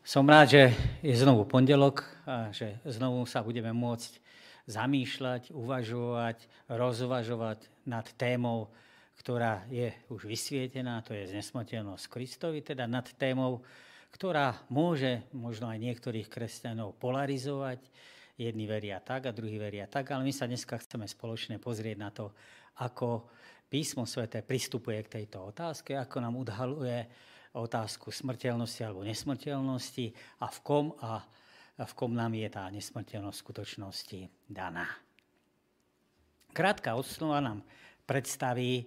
Som rád, že je znovu pondelok a že znovu sa budeme môcť zamýšľať, uvažovať, rozvažovať nad témou, ktorá je už vysvietená, to je znesmrteľnosť Kristovi, teda nad témou, ktorá môže možno aj niektorých kresťanov polarizovať. Jedni veria tak a druhí veria tak, ale my sa dneska chceme spoločne pozrieť na to, ako Písmo sväté pristupuje k tejto otázke, ako nám odhaľuje otázku smrteľnosti alebo nesmrteľnosti a v kom nám je tá nesmrteľnosť v skutočnosti daná. Krátka osnova nám predstaví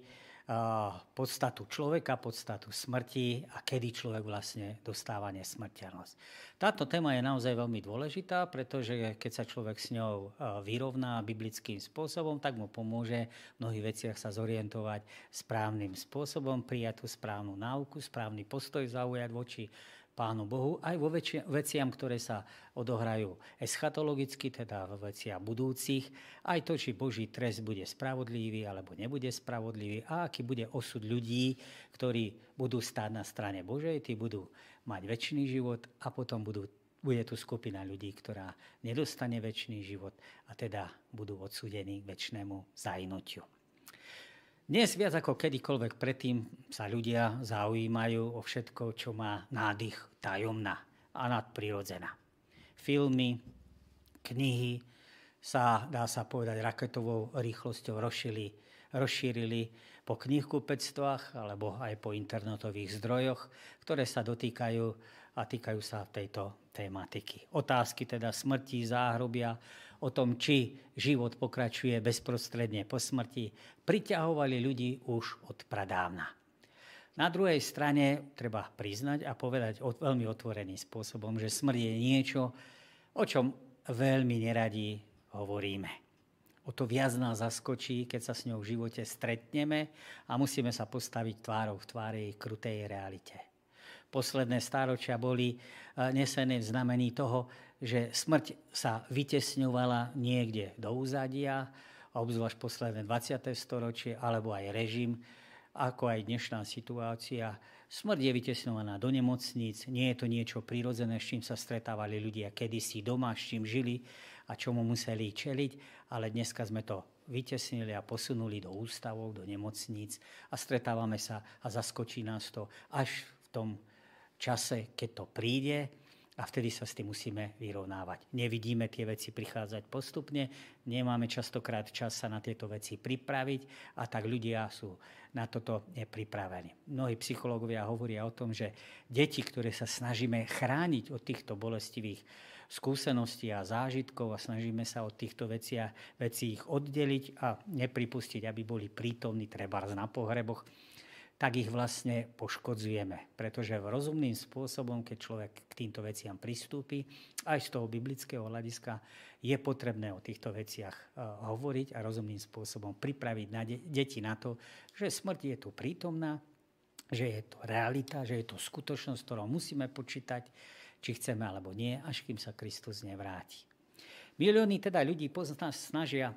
podstatu človeka, podstatu smrti a kedy človek vlastne dostáva nesmrteľnosť. Táto téma je naozaj veľmi dôležitá, pretože keď sa človek s ňou vyrovná biblickým spôsobom, tak mu pomôže v mnohých veciach sa zorientovať správnym spôsobom, prijať tú správnu náuku, správny postoj zaujať voči Pánu Bohu, aj vo veciam, ktoré sa odohrajú eschatologicky, teda vo veciach budúcich, aj to, či Boží trest bude spravodlivý alebo nebude spravodlivý a aký bude osud ľudí, ktorí budú stáť na strane Božej, tí budú mať večný život a potom bude tu skupina ľudí, ktorá nedostane večný život a teda budú odsúdení k večnému zahynutiu. Dnes viac ako kedykoľvek predtým sa ľudia zaujímajú o všetko, čo má nádych tajomná a nadprirodzená. Filmy, knihy sa, dá sa povedať, raketovou rýchlosťou rozšírili po knihkupectvách alebo aj po internetových zdrojoch, ktoré sa dotýkajú a týkajú sa tejto tematiky. Otázky teda smrti, záhrobia, o tom, či život pokračuje bezprostredne po smrti, priťahovali ľudí už od pradávna. Na druhej strane treba priznať a povedať veľmi otvoreným spôsobom, že smrť je niečo, o čom veľmi neradi hovoríme. O to viac nás zaskočí, keď sa s ňou v živote stretneme a musíme sa postaviť tvárou v tvári jej krutej realite. Posledné stáročia boli nesené v znamení toho, že smrť sa vytesňovala niekde do úzadia, obzvlášť posledné 20. storočie, alebo aj režim, ako aj dnešná situácia. Smrť je vytesňovaná do nemocníc, nie je to niečo prirodzené, s čím sa stretávali ľudia kedysi doma, s čím žili a čomu museli čeliť, ale dneska sme to vytesnili a posunuli do ústavov, do nemocníc a stretávame sa a zaskočí nás to až v tom čase, keď to príde, a vtedy sa s tým musíme vyrovnávať. Nevidíme tie veci prichádzať postupne, nemáme častokrát čas sa na tieto veci pripraviť a tak ľudia sú na toto nepripravení. Mnohí psychológovia hovoria o tom, že deti, ktoré sa snažíme chrániť od týchto bolestivých skúseností a zážitkov a snažíme sa od týchto vecí ich oddeliť a nepripustiť, aby boli prítomní trebárs na pohreboch, tak ich vlastne poškodzujeme. Pretože rozumným spôsobom, keď človek k týmto veciam pristúpi, aj z toho biblického hľadiska, je potrebné o týchto veciach hovoriť a rozumným spôsobom pripraviť deti na to, že smrť je tu prítomná, že je to realita, že je to skutočnosť, ktorou musíme počítať, či chceme alebo nie, až kým sa Kristus nevráti. Milióny teda ľudí snažia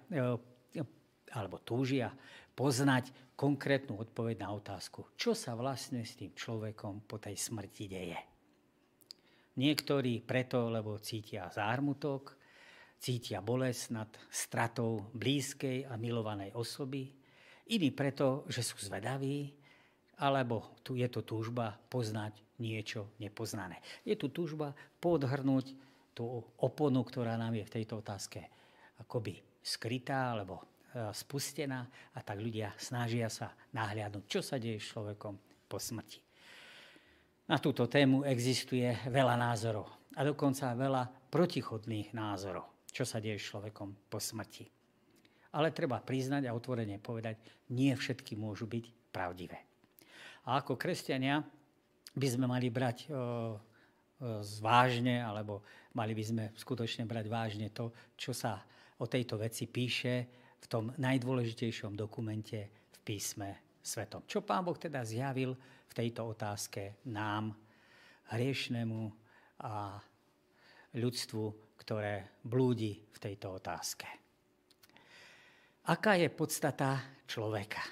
alebo túžia poznať konkrétnu odpoveď na otázku, čo sa vlastne s tým človekom po tej smrti deje. Niektorí preto, lebo cítia zármutok, cítia bolesť nad stratou blízkej a milovanej osoby, iní preto, že sú zvedaví, alebo tu je to túžba poznať niečo nepoznané. Je tu túžba podhrnúť tú oponu, ktorá nám je v tejto otázke akoby skrytá, alebo spustená a tak ľudia snažia sa nahliadnúť, čo sa deje s človekom po smrti. Na túto tému existuje veľa názorov a dokonca veľa protichodných názorov, čo sa deje s človekom po smrti. Ale treba priznať a otvorene povedať, nie všetky môžu byť pravdivé. A ako kresťania by sme mali brať vážne, alebo mali by sme skutočne brať vážne to, čo sa o tejto veci píše v tom najdôležitejšom dokumente v písme svetom. Čo Pán Boh teda zjavil v tejto otázke nám, hriešnemu a ľudstvu, ktoré blúdi v tejto otázke. Aká je podstata človeka?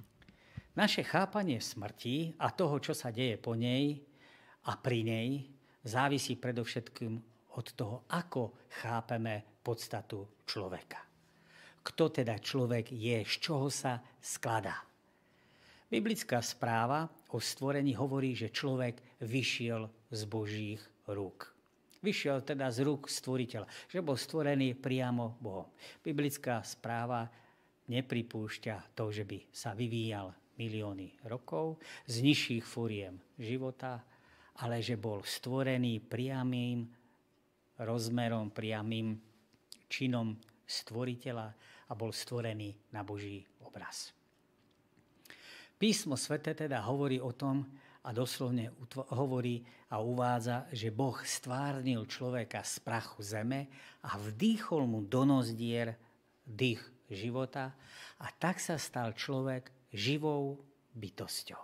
Naše chápanie smrti a toho, čo sa deje po nej a pri nej, závisí predovšetkým od toho, ako chápeme podstatu človeka. Kto teda človek je, z čoho sa skladá. Biblická správa o stvorení hovorí, že človek vyšiel z Božích rúk. Vyšiel teda z rúk stvoriteľa, že bol stvorený priamo Bohom. Biblická správa nepripúšťa to, že by sa vyvíjal milióny rokov z nižších fóriem života, ale že bol stvorený priamým rozmerom, priamým činom stvoriteľa a bol stvorený na Boží obraz. Písmo sväté teda hovorí o tom a doslovne hovorí a uvádza, že Boh stvárnil človeka z prachu zeme a vdýchol mu do nozdier dých života a tak sa stal človek živou bytosťou.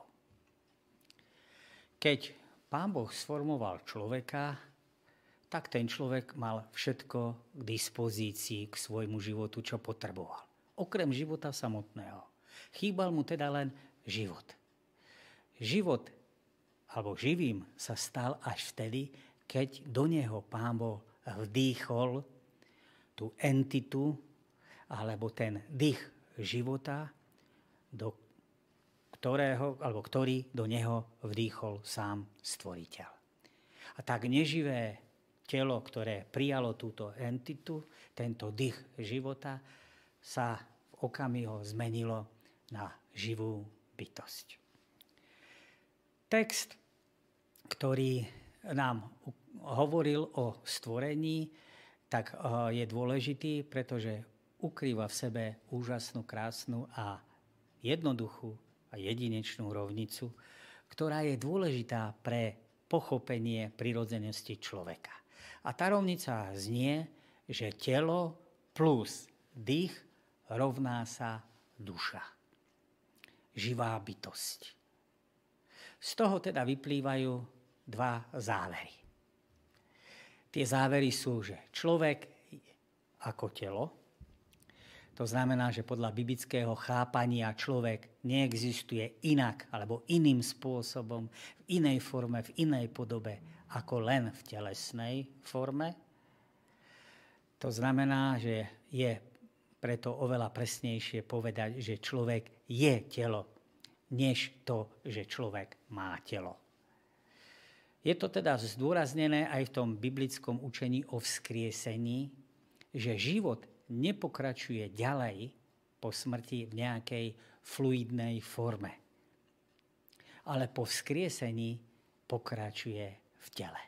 Keď Pán Boh sformoval človeka, tak ten človek mal všetko k dispozícii k svojmu životu, čo potreboval. Okrem života samotného. Chýbal mu teda len život. Život, alebo živým sa stal až vtedy, keď do neho Pán Boh vdýchol tú entitu, alebo ten dých života, ktorý do neho vdýchol sám stvoriteľ. A tak neživé telo, ktoré prijalo túto entitu, tento dých života, sa v okamihu zmenilo na živú bytosť. Text, ktorý nám hovoril o stvorení, tak je dôležitý, pretože ukrýva v sebe úžasnú, krásnu a jednoduchú a jedinečnú rovnicu, ktorá je dôležitá pre pochopenie prirodzenosti človeka. A tá rovnica znie, že telo plus dých rovná sa duša. Živá bytosť. Z toho teda vyplývajú dva závery. Tie závery sú, že človek ako telo, to znamená, že podľa biblického chápania človek neexistuje inak alebo iným spôsobom, v inej forme, v inej podobe, ako len v telesnej forme. To znamená, že je preto oveľa presnejšie povedať, že človek je telo, než to, že človek má telo. Je to teda zdôraznené aj v tom biblickom učení o vzkriesení, že život nepokračuje ďalej po smrti v nejakej fluidnej forme. Ale po vzkriesení pokračuje v tele.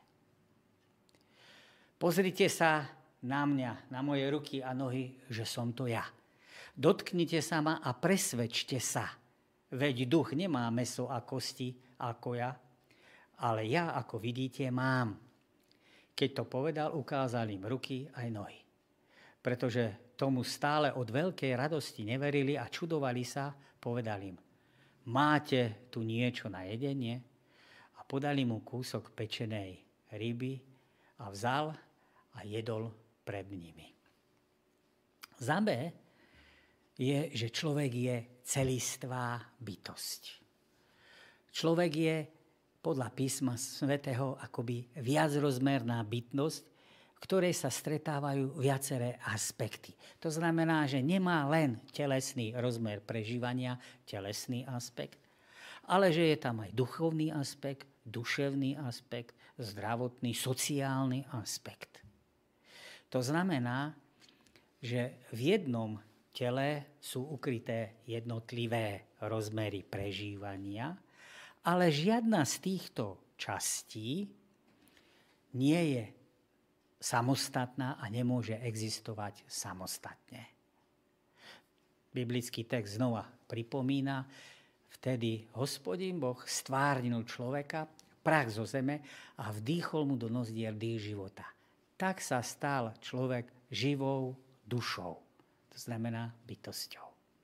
Pozrite sa na mňa, na moje ruky a nohy, že som to ja. Dotknite sa ma a presvedčte sa. Veď duch nemá mäso a kosti ako ja, ale ja, ako vidíte, mám. Keď to povedal, ukázal im ruky aj nohy. Pretože tomu stále od veľkej radosti neverili a čudovali sa, povedal im, máte tu niečo na jedenie? A podali mu kúsok pečenej ryby a vzal a jedol pred nimi. Za B je, že človek je celistvá bytosť. Človek je podľa písma svätého akoby viacrozmerná bytnosť, v ktorej sa stretávajú viaceré aspekty. To znamená, že nemá len telesný rozmer prežívania, telesný aspekt, ale že je tam aj duchovný aspekt, duševný aspekt, zdravotný, sociálny aspekt. To znamená, že v jednom tele sú ukryté jednotlivé rozmery prežívania, ale žiadna z týchto častí nie je samostatná a nemôže existovať samostatne. Biblický text znova pripomína, vtedy Hospodin Boh stvárnil človeka, prach zo zeme a vdýchol mu do nozdier dých života. Tak sa stal človek živou dušou, to znamená bytosťou.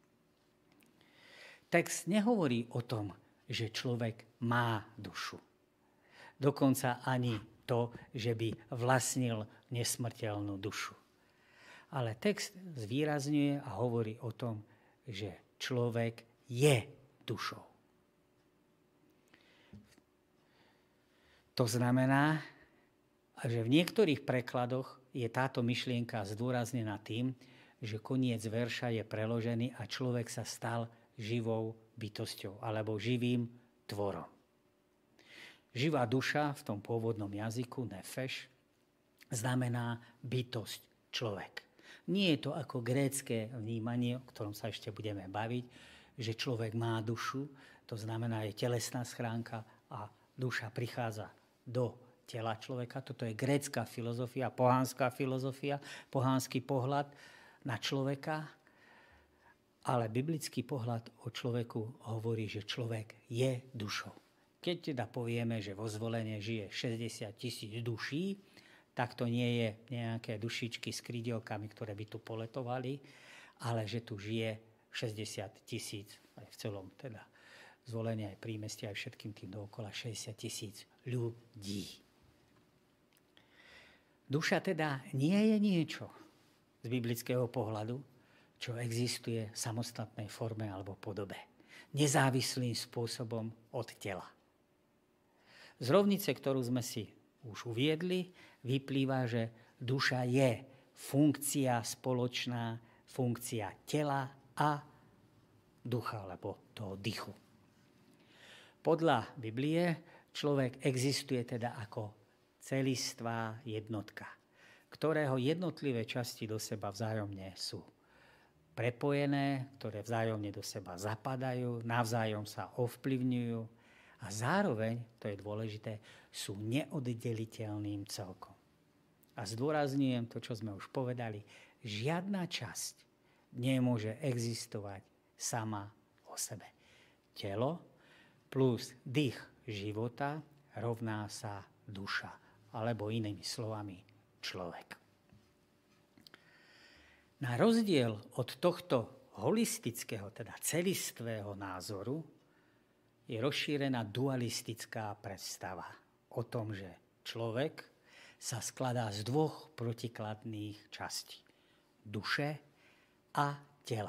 Text nehovorí o tom, že človek má dušu. Dokonca ani to, že by vlastnil nesmrteľnú dušu. Ale text zvýrazňuje a hovorí o tom, že človek je dušou. To znamená, A že v niektorých prekladoch je táto myšlienka zdôraznená tým, že koniec verša je preložený a človek sa stal živou bytosťou alebo živým tvorom. Živá duša v tom pôvodnom jazyku, nefeš, znamená bytosť, človek. Nie je to ako grécke vnímanie, o ktorom sa ešte budeme baviť, že človek má dušu, to znamená je telesná schránka a duša prichádza do tela človeka. Toto je grécka filozofia, pohánska filozofia, pohánsky pohľad na človeka, ale biblický pohľad o človeku hovorí, že človek je dušou. Keď teda povieme, že vo Zvolenie žije 60 000 duší, tak to nie je nejaké dušičky s krydielkami, ktoré by tu poletovali, ale že tu žije 60 000, aj v celom teda Zvolenie, aj prímestie, aj všetkým tým dookola 60 000 ľudí. Duša teda nie je niečo z biblického pohľadu, čo existuje v samostatnej forme alebo podobe, nezávislým spôsobom od tela. Z rovnice, ktorú sme si už uviedli, vyplýva, že duša je funkcia spoločná, funkcia tela a ducha, alebo toho dychu. Podľa Biblie človek existuje teda ako celistvá jednotka, ktorého jednotlivé časti do seba vzájomne sú prepojené, ktoré vzájomne do seba zapadajú, navzájom sa ovplyvňujú, a zároveň, to je dôležité, sú neoddeliteľným celkom. A zdôrazňujem to, čo sme už povedali, žiadna časť nemôže existovať sama o sebe. Telo plus dých života rovná sa duša, alebo inými slovami človek. Na rozdiel od tohto holistického, teda celistvého názoru, je rozšírená dualistická predstava o tom, že človek sa skladá z dvoch protikladných častí. Duše a tela.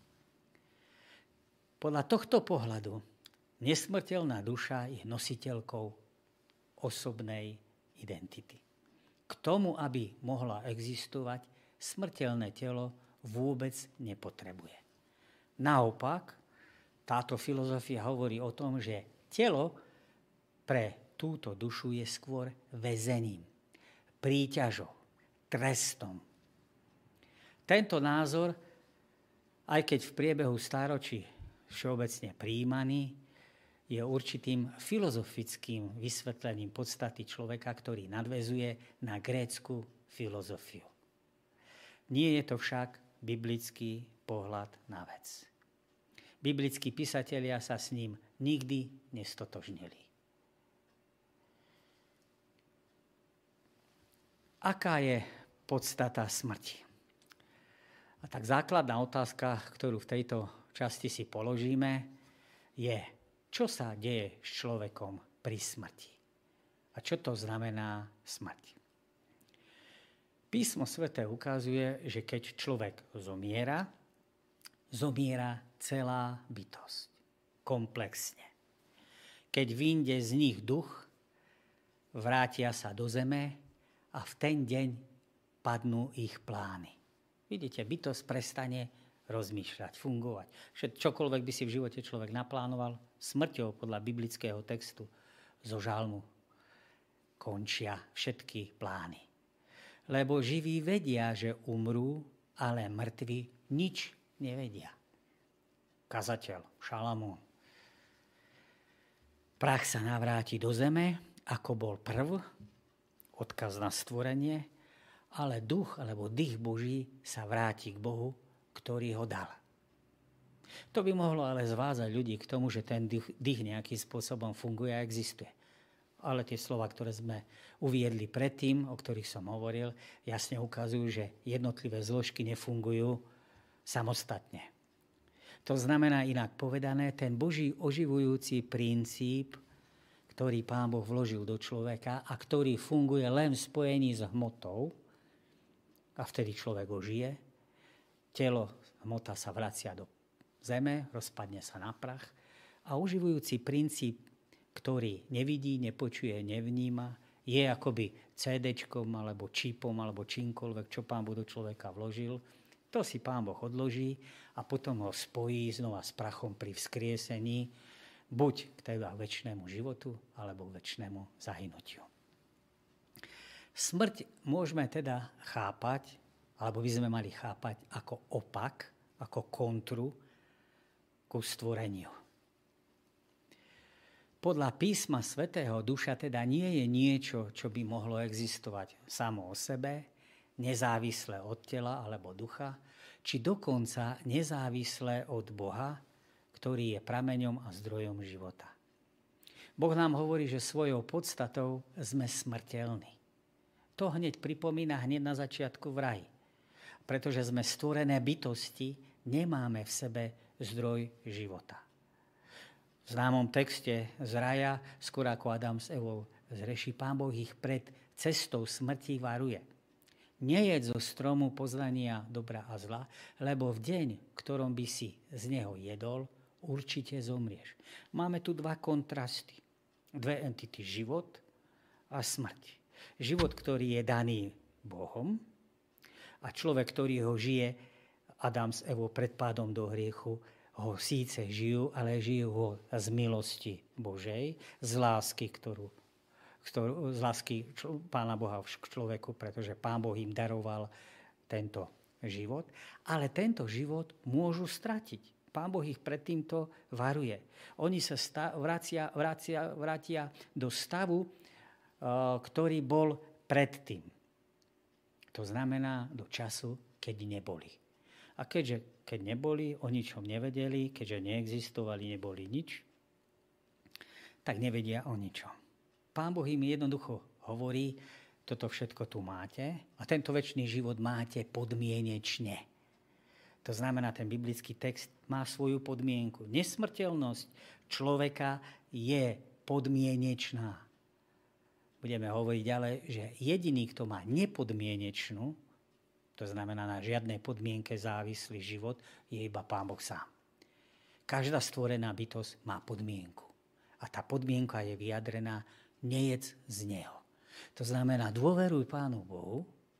Podľa tohto pohľadu nesmrteľná duša je nositeľkou osobnej identity. K tomu, aby mohla existovať, smrteľné telo vôbec nepotrebuje. Naopak, táto filozofia hovorí o tom, že telo pre túto dušu je skôr väzením, príťažou, trestom. Tento názor, aj keď v priebehu stáročí všeobecne prijímaný, je určitým filozofickým vysvetlením podstaty človeka, ktorý nadväzuje na grécku filozofiu. Nie je to však biblický pohľad na vec. Biblickí písatelia sa s ním nikdy nestotožnili. Aká je podstata smrti? A tak základná otázka, ktorú v tejto časti si položíme, je, čo sa deje s človekom pri smrti? A čo to znamená smrť? Písmo sväté ukazuje, že keď človek zomiera, zomiera celá bytosť, komplexne. Keď vyjde z nich duch, vrátia sa do zeme a v ten deň padnú ich plány. Vidíte, bytosť prestane rozmýšľať, fungovať. Čokoľvek by si v živote človek naplánoval, smrťou podľa biblického textu zo žalmu končia všetky plány. Lebo živí vedia, že umrú, ale mŕtvi nič nevedia. Kazateľ Šalamún. Prach sa navráti do zeme, ako bol prv, odkaz na stvorenie, ale duch alebo dých Boží sa vráti k Bohu, ktorý ho dal. To by mohlo ale zvázať ľudí k tomu, že ten dých nejakým spôsobom funguje a existuje. Ale tie slova, ktoré sme uviedli predtým, o ktorých som hovoril, jasne ukazujú, že jednotlivé zložky nefungujú samostatne. To znamená, inak povedané, ten Boží oživujúci princíp, ktorý Pán Boh vložil do človeka a ktorý funguje len v spojení s hmotou, a vtedy človek ožije, telo, hmota sa vracia do zeme, rozpadne sa na prach a oživujúci princíp, ktorý nevidí, nepočuje, nevníma, je akoby CD-čkom alebo čipom alebo čímkoľvek, čo Pán Boh do človeka vložil. To si Pán Boh odloží a potom ho spojí znova s prachom pri vzkriesení, buď k teda večnému životu alebo k večnému zahynutiu. Smrť môžeme teda chápať, alebo by sme mali chápať ako opak, ako kontru ku stvoreniu. Podľa písma svätého duša teda nie je niečo, čo by mohlo existovať samo o sebe, nezávisle od tela alebo ducha, či dokonca nezávisle od Boha, ktorý je prameňom a zdrojom života. Boh nám hovorí, že svojou podstatou sme smrteľní. To hneď pripomína hneď na začiatku v raji. Pretože sme stvorené bytosti, nemáme v sebe zdroj života. V známom texte z raja, skôr ako Adam s Evou zreší, Pán Boh ich pred cestou smrti varuje. Nejedz zo stromu poznania dobra a zla, lebo v deň, ktorom by si z neho jedol, určite zomrieš. Máme tu dva kontrasty, dve entity, život a smrť. Život, ktorý je daný Bohom a človek, ktorý ho žije, Adam s Evou pred pádom do hriechu, ho síce žijú, ale žijú ho z milosti Božej, z lásky, z lásky Pána Boha k človeku, pretože Pán Boh im daroval tento život. Ale tento život môžu stratiť. Pán Boh ich pred týmto varuje. Oni sa vrátia do stavu, ktorý bol predtým. To znamená do času, keď neboli. A keď neboli, o ničom nevedeli, keďže neexistovali, neboli nič, tak nevedia o ničom. Pán Boh im jednoducho hovorí, toto všetko tu máte a tento večný život máte podmienečne. To znamená, ten biblický text má svoju podmienku. Nesmrteľnosť človeka je podmienečná. Budeme hovoriť ďalej, že jediný, kto má nepodmienečnú, to znamená na žiadnej podmienke závislý život, je iba Pán Boh sám. Každá stvorená bytosť má podmienku. A tá podmienka je vyjadrená, nejedz z neho. To znamená, dôveruj Pánu Bohu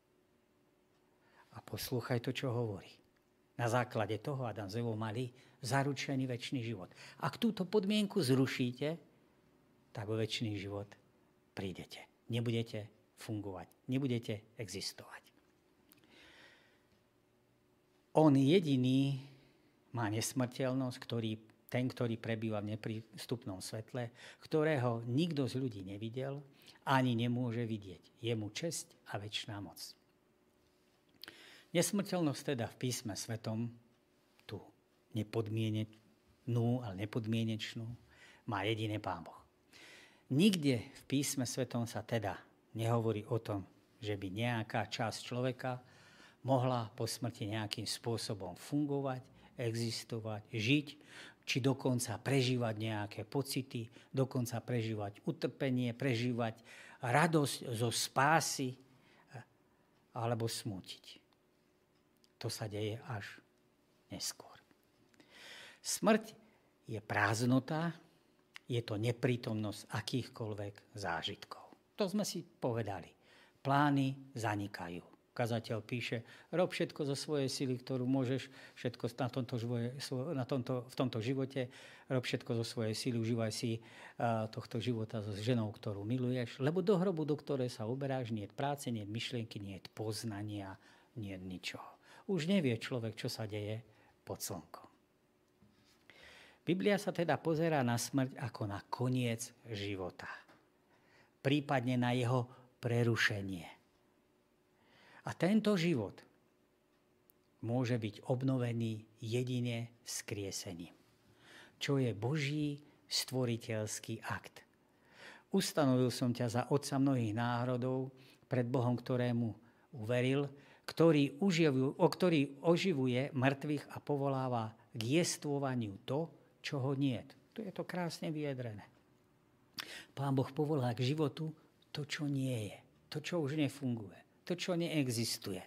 a poslúchaj to, čo hovorí. Na základe toho Adam s Evou mali zaručený večný život. Ak túto podmienku zrušíte, tak o večný život prídete. Nebudete fungovať, nebudete existovať. On jediný má nesmrteľnosť, ten, ktorý prebýva v neprístupnom svetle, ktorého nikto z ľudí nevidel, ani nemôže vidieť. Je mu česť a večná moc. Nesmrteľnosť teda v písme svetom, tú nepodmienečnú, ale nepodmienečnú, má jediný Pán Boh. Nikde v písme svetom sa teda nehovorí o tom, že by nejaká časť človeka mohla po smrti nejakým spôsobom fungovať, existovať, žiť, či dokonca prežívať nejaké pocity, dokonca prežívať utrpenie, prežívať radosť zo spásy alebo smútiť. To sa deje až neskôr. Smrť je prázdnota, je to neprítomnosť akýchkoľvek zážitkov. To sme si povedali. Plány zanikajú. Kazateľ píše, rob všetko zo svojej sily, ktorú môžeš, všetko v tomto živote, rob všetko zo svojej sily, užívaj si tohto života so ženou, ktorú miluješ, lebo do hrobu, do ktorej sa uberáš, nie je práce, nie je myšlienky, nie je poznania, nie je ničoho. Už nevie človek, čo sa deje pod slnkom. Biblia sa teda pozerá na smrť ako na koniec života, prípadne na jeho prerušenie. A tento život môže byť obnovený jedine vzkriesením, čo je Boží stvoriteľský akt. Ustanovil som ťa za otca mnohých národov pred Bohom, ktorému uveril, ktorý oživuje mŕtvych a povoláva k jestvovaniu to, čo ho niet. Tu je to krásne vyjadrené. Pán Boh povolá k životu to, čo nie je, to, čo už nefunguje. To, čo neexistuje.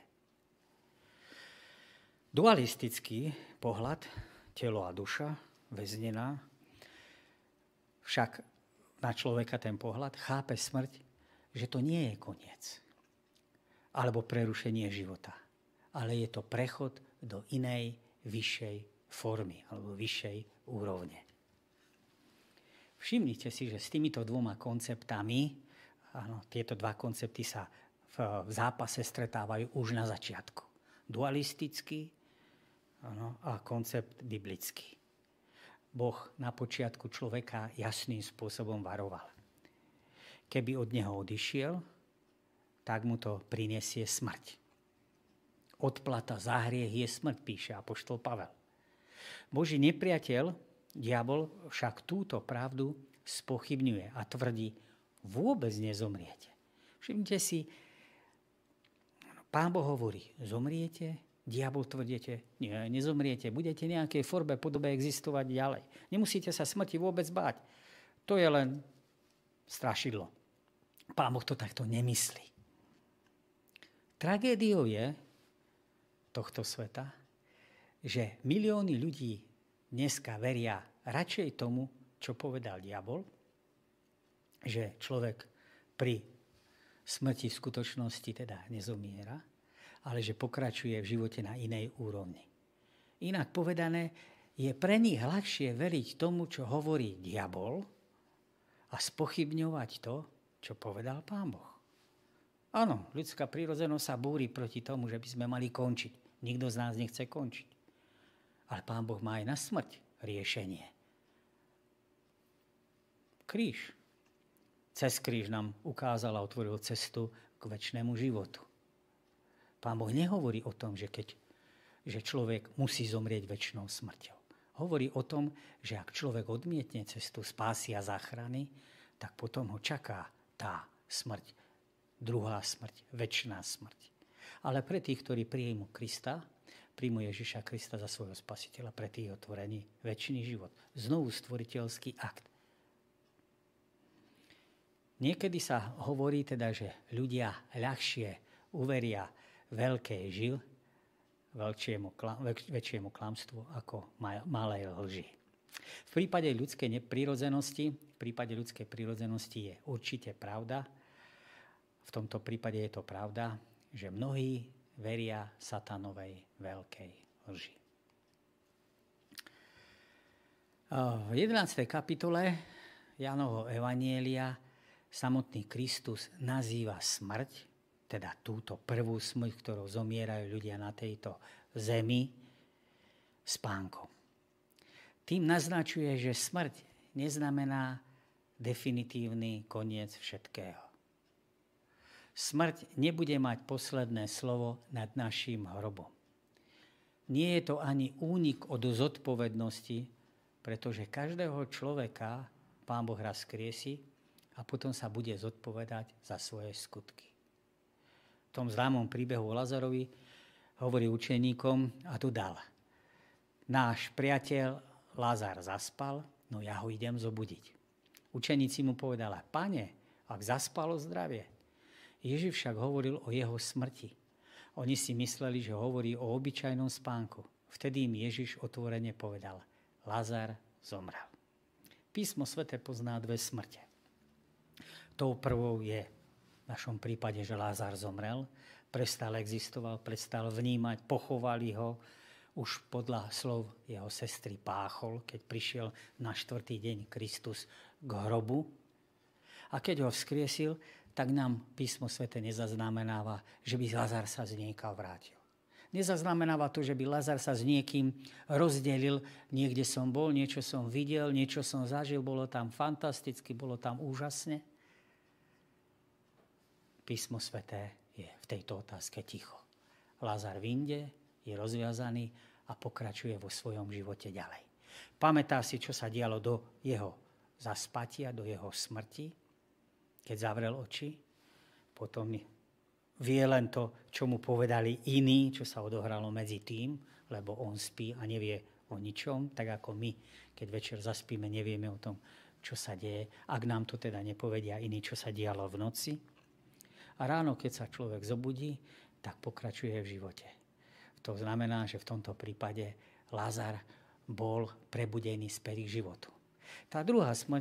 Dualistický pohľad, telo a duša, väznená, však na človeka ten pohľad chápe smrť, že to nie je koniec alebo prerušenie života, ale je to prechod do inej, vyššej formy alebo vyššej úrovne. Všimnite si, že s týmito dvoma konceptami, tieto dva koncepty sa v zápase stretávajú už na začiatku. Dualistický a koncept biblický. Boh na počiatku človeka jasným spôsobom varoval. Keby od neho odišiel, tak mu to prinesie smrť. Odplata za hriech je smrť, píše apoštol Pavel. Boží nepriateľ, diabol, však túto pravdu spochybňuje a tvrdí, vôbec nezomriete. Všimnite si, Pán Boh hovorí, zomriete, diabol tvrdíte, nie, nezomriete, budete v nejakej forme, podobe existovať ďalej. Nemusíte sa smrti vôbec báť. To je len strašidlo. Pán Boh to takto nemyslí. Tragédiou je tohto sveta, že milióny ľudí dneska veria radšej tomu, čo povedal diabol, že človek pri smrti v skutočnosti teda nezomiera, ale že pokračuje v živote na inej úrovni. Inak povedané, je pre nich ľahšie veriť tomu, čo hovorí diabol a spochybňovať to, čo povedal Pán Boh. Áno, ľudská prírodzenosť sa búri proti tomu, že by sme mali končiť. Nikto z nás nechce končiť. Ale Pán Boh má aj na smrť riešenie. Kríž. Cez kríž nám ukázal a otvoril cestu k večnému životu. Pán Boh nehovorí o tom, že človek musí zomrieť večnou smrťou. Hovorí o tom, že ak človek odmietne cestu spásy a záchrany, tak potom ho čaká tá smrť, druhá smrť, večná smrť. Ale pre tých, ktorí príjmu Krista, príjmu Ježiša Krista za svojho spasiteľa, pre tých otvorený večný život. Znovu stvoriteľský akt. Niekedy sa hovorí teda, že ľudia ľahšie uveria väčšiemu klamstvu ako malej lži. V prípade ľudskej prírodzenosti je určite pravda. V tomto prípade je to pravda, že mnohí veria satanovej veľkej lži. V 11. kapitole Jánovho evanjelia samotný Kristus nazýva smrť, teda túto prvú smrť, ktorou zomierajú ľudia na tejto zemi, spánkom. Tým naznačuje, že smrť neznamená definitívny koniec všetkého. Smrť nebude mať posledné slovo nad naším hrobom. Nie je to ani únik od zodpovednosti, pretože každého človeka Pán Boh raz skriesi a potom sa bude zodpovedať za svoje skutky. V tom známom príbehu o Lazarovi hovorí učeníkom a tu dal. Náš priateľ Lazar zaspal, no ja ho idem zobudiť. Učeníci mu povedali, Pane, ak zaspalo zdravie. Ježiš však hovoril o jeho smrti. Oni si mysleli, že hovorí o obyčajnom spánku. Vtedy im Ježiš otvorene povedal, Lazar zomrel. Písmo sväté pozná dve smrte. Tou prvou je v našom prípade, že Lazar zomrel, prestal existoval, prestal vnímať, pochovali ho, už podľa slov jeho sestry páchol, keď prišiel na 4. deň Kristus k hrobu. A keď ho vzkriesil, tak nám písmo sväté nezaznamenáva, že by Lazar sa z niekaľ vrátil. Nezaznamenáva to, že by Lazar sa s niekým rozdelil. Niekde som bol, niečo som videl, niečo som zažil, bolo tam fantasticky, bolo tam úžasne. Písmo sväté je v tejto otázke ticho. Lazar v inde, je rozviazaný a pokračuje vo svojom živote ďalej. Pamätá si, čo sa dialo do jeho zaspatia, do jeho smrti, keď zavrel oči. Potom vie len to, čo mu povedali iní, čo sa odohralo medzi tým, lebo on spí a nevie o ničom, tak ako my, keď večer zaspíme, nevieme o tom, čo sa deje, ak nám to teda nepovedia iní, čo sa dialo v noci. A ráno, keď sa človek zobudí, tak pokračuje v živote. To znamená, že v tomto prípade Lazar bol prebudený späť k životu. Tá druhá smrť, o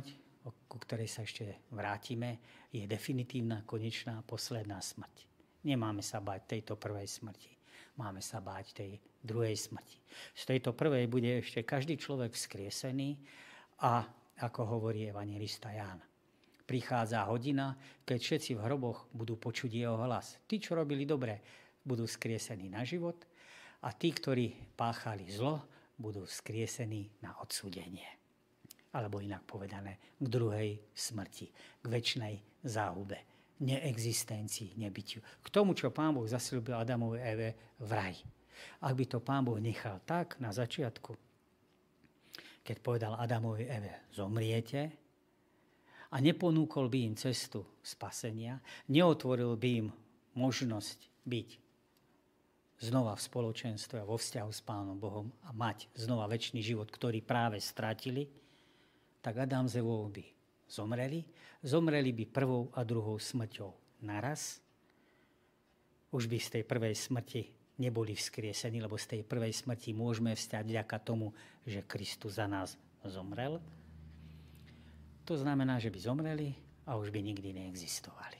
ku ktorej sa ešte vrátime, je definitívna, konečná, posledná smrť. Nemáme sa báť tejto prvej smrti. Máme sa báť tej druhej smrti. Z tejto prvej bude ešte každý človek vzkriesený a, ako hovorí evanjelista Ján, prichádza hodina, keď všetci v hroboch budú počuť jeho hlas. Tí, čo robili dobre, budú vzkriesení na život a tí, ktorí páchali zlo, budú vzkriesení na odsúdenie. Alebo inak povedané, k druhej smrti, k večnej záhube, neexistencii, nebytiu. K tomu, čo Pán Boh zasľúbil Adamovi Eve v raji. Ak by to Pán Boh nechal tak na začiatku, keď povedal Adamovi Eve, zomriete, a neponúkol by im cestu spasenia, neotvoril by im možnosť byť znova v spoločenstve a vo vzťahu s Pánom Bohom a mať znova večný život, ktorý práve stratili, tak Adam s Evou by zomreli by prvou a druhou smrťou naraz. Už by z tej prvej smrti neboli vzkriesení, lebo z tej prvej smrti môžeme vstať vďaka tomu, že Kristus za nás zomrel. To znamená, že by zomreli a už by nikdy neexistovali.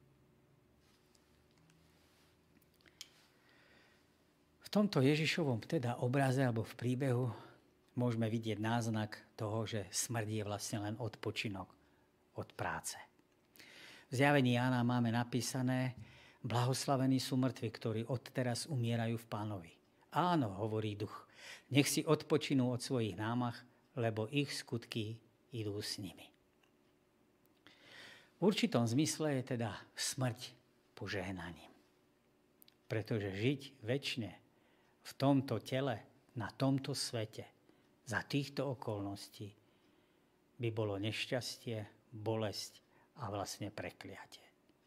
V tomto Ježišovom teda obraze alebo v príbehu môžeme vidieť náznak toho, že smrť je vlastne len odpočinok od práce. V zjavení Jána máme napísané: blahoslavení sú mŕtvi, ktorí odteraz umierajú v Pánovi. Áno, hovorí duch, nech si odpočinú od svojich námach, lebo ich skutky idú s nimi. V určitom zmysle je teda smrť požehnaním. Pretože žiť večne v tomto tele, na tomto svete, za týchto okolností by bolo nešťastie, bolesť a vlastne prekliatie.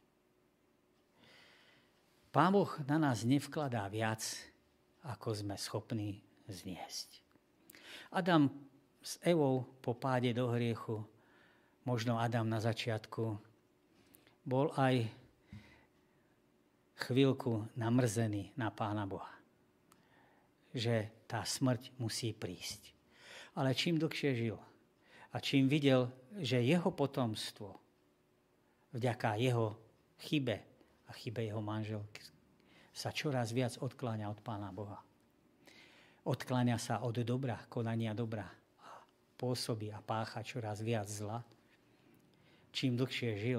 Pán Boh na nás nevkladá viac, ako sme schopní zniesť. Adam s Evou po páde do hriechu, možno Adam na začiatku, bol aj chvíľku namrzený na Pána Boha, že tá smrť musí prísť. Ale čím dlhšie žil a čím videl, že jeho potomstvo vďaka jeho chybe a chybe jeho manželky sa čoraz viac odkláňa od Pána Boha. Odkláňa sa od dobra, konania dobra a pôsobí a pácha čoraz viac zla. Čím dlhšie žil,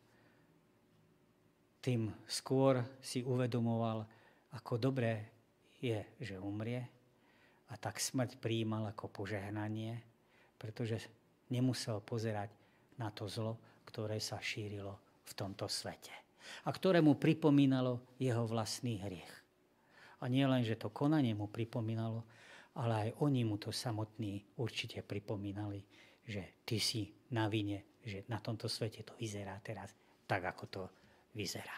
tým skôr si uvedomoval, ako dobré je, že umrie, a tak smrť prijímal ako požehnanie, pretože nemusel pozerať na to zlo, ktoré sa šírilo v tomto svete a ktoré mu pripomínalo jeho vlastný hriech. A nie len, že to konanie mu pripomínalo, ale aj oni mu to samotní určite pripomínali, že ty si na vine, že na tomto svete to vyzerá teraz tak, ako to vyzerá.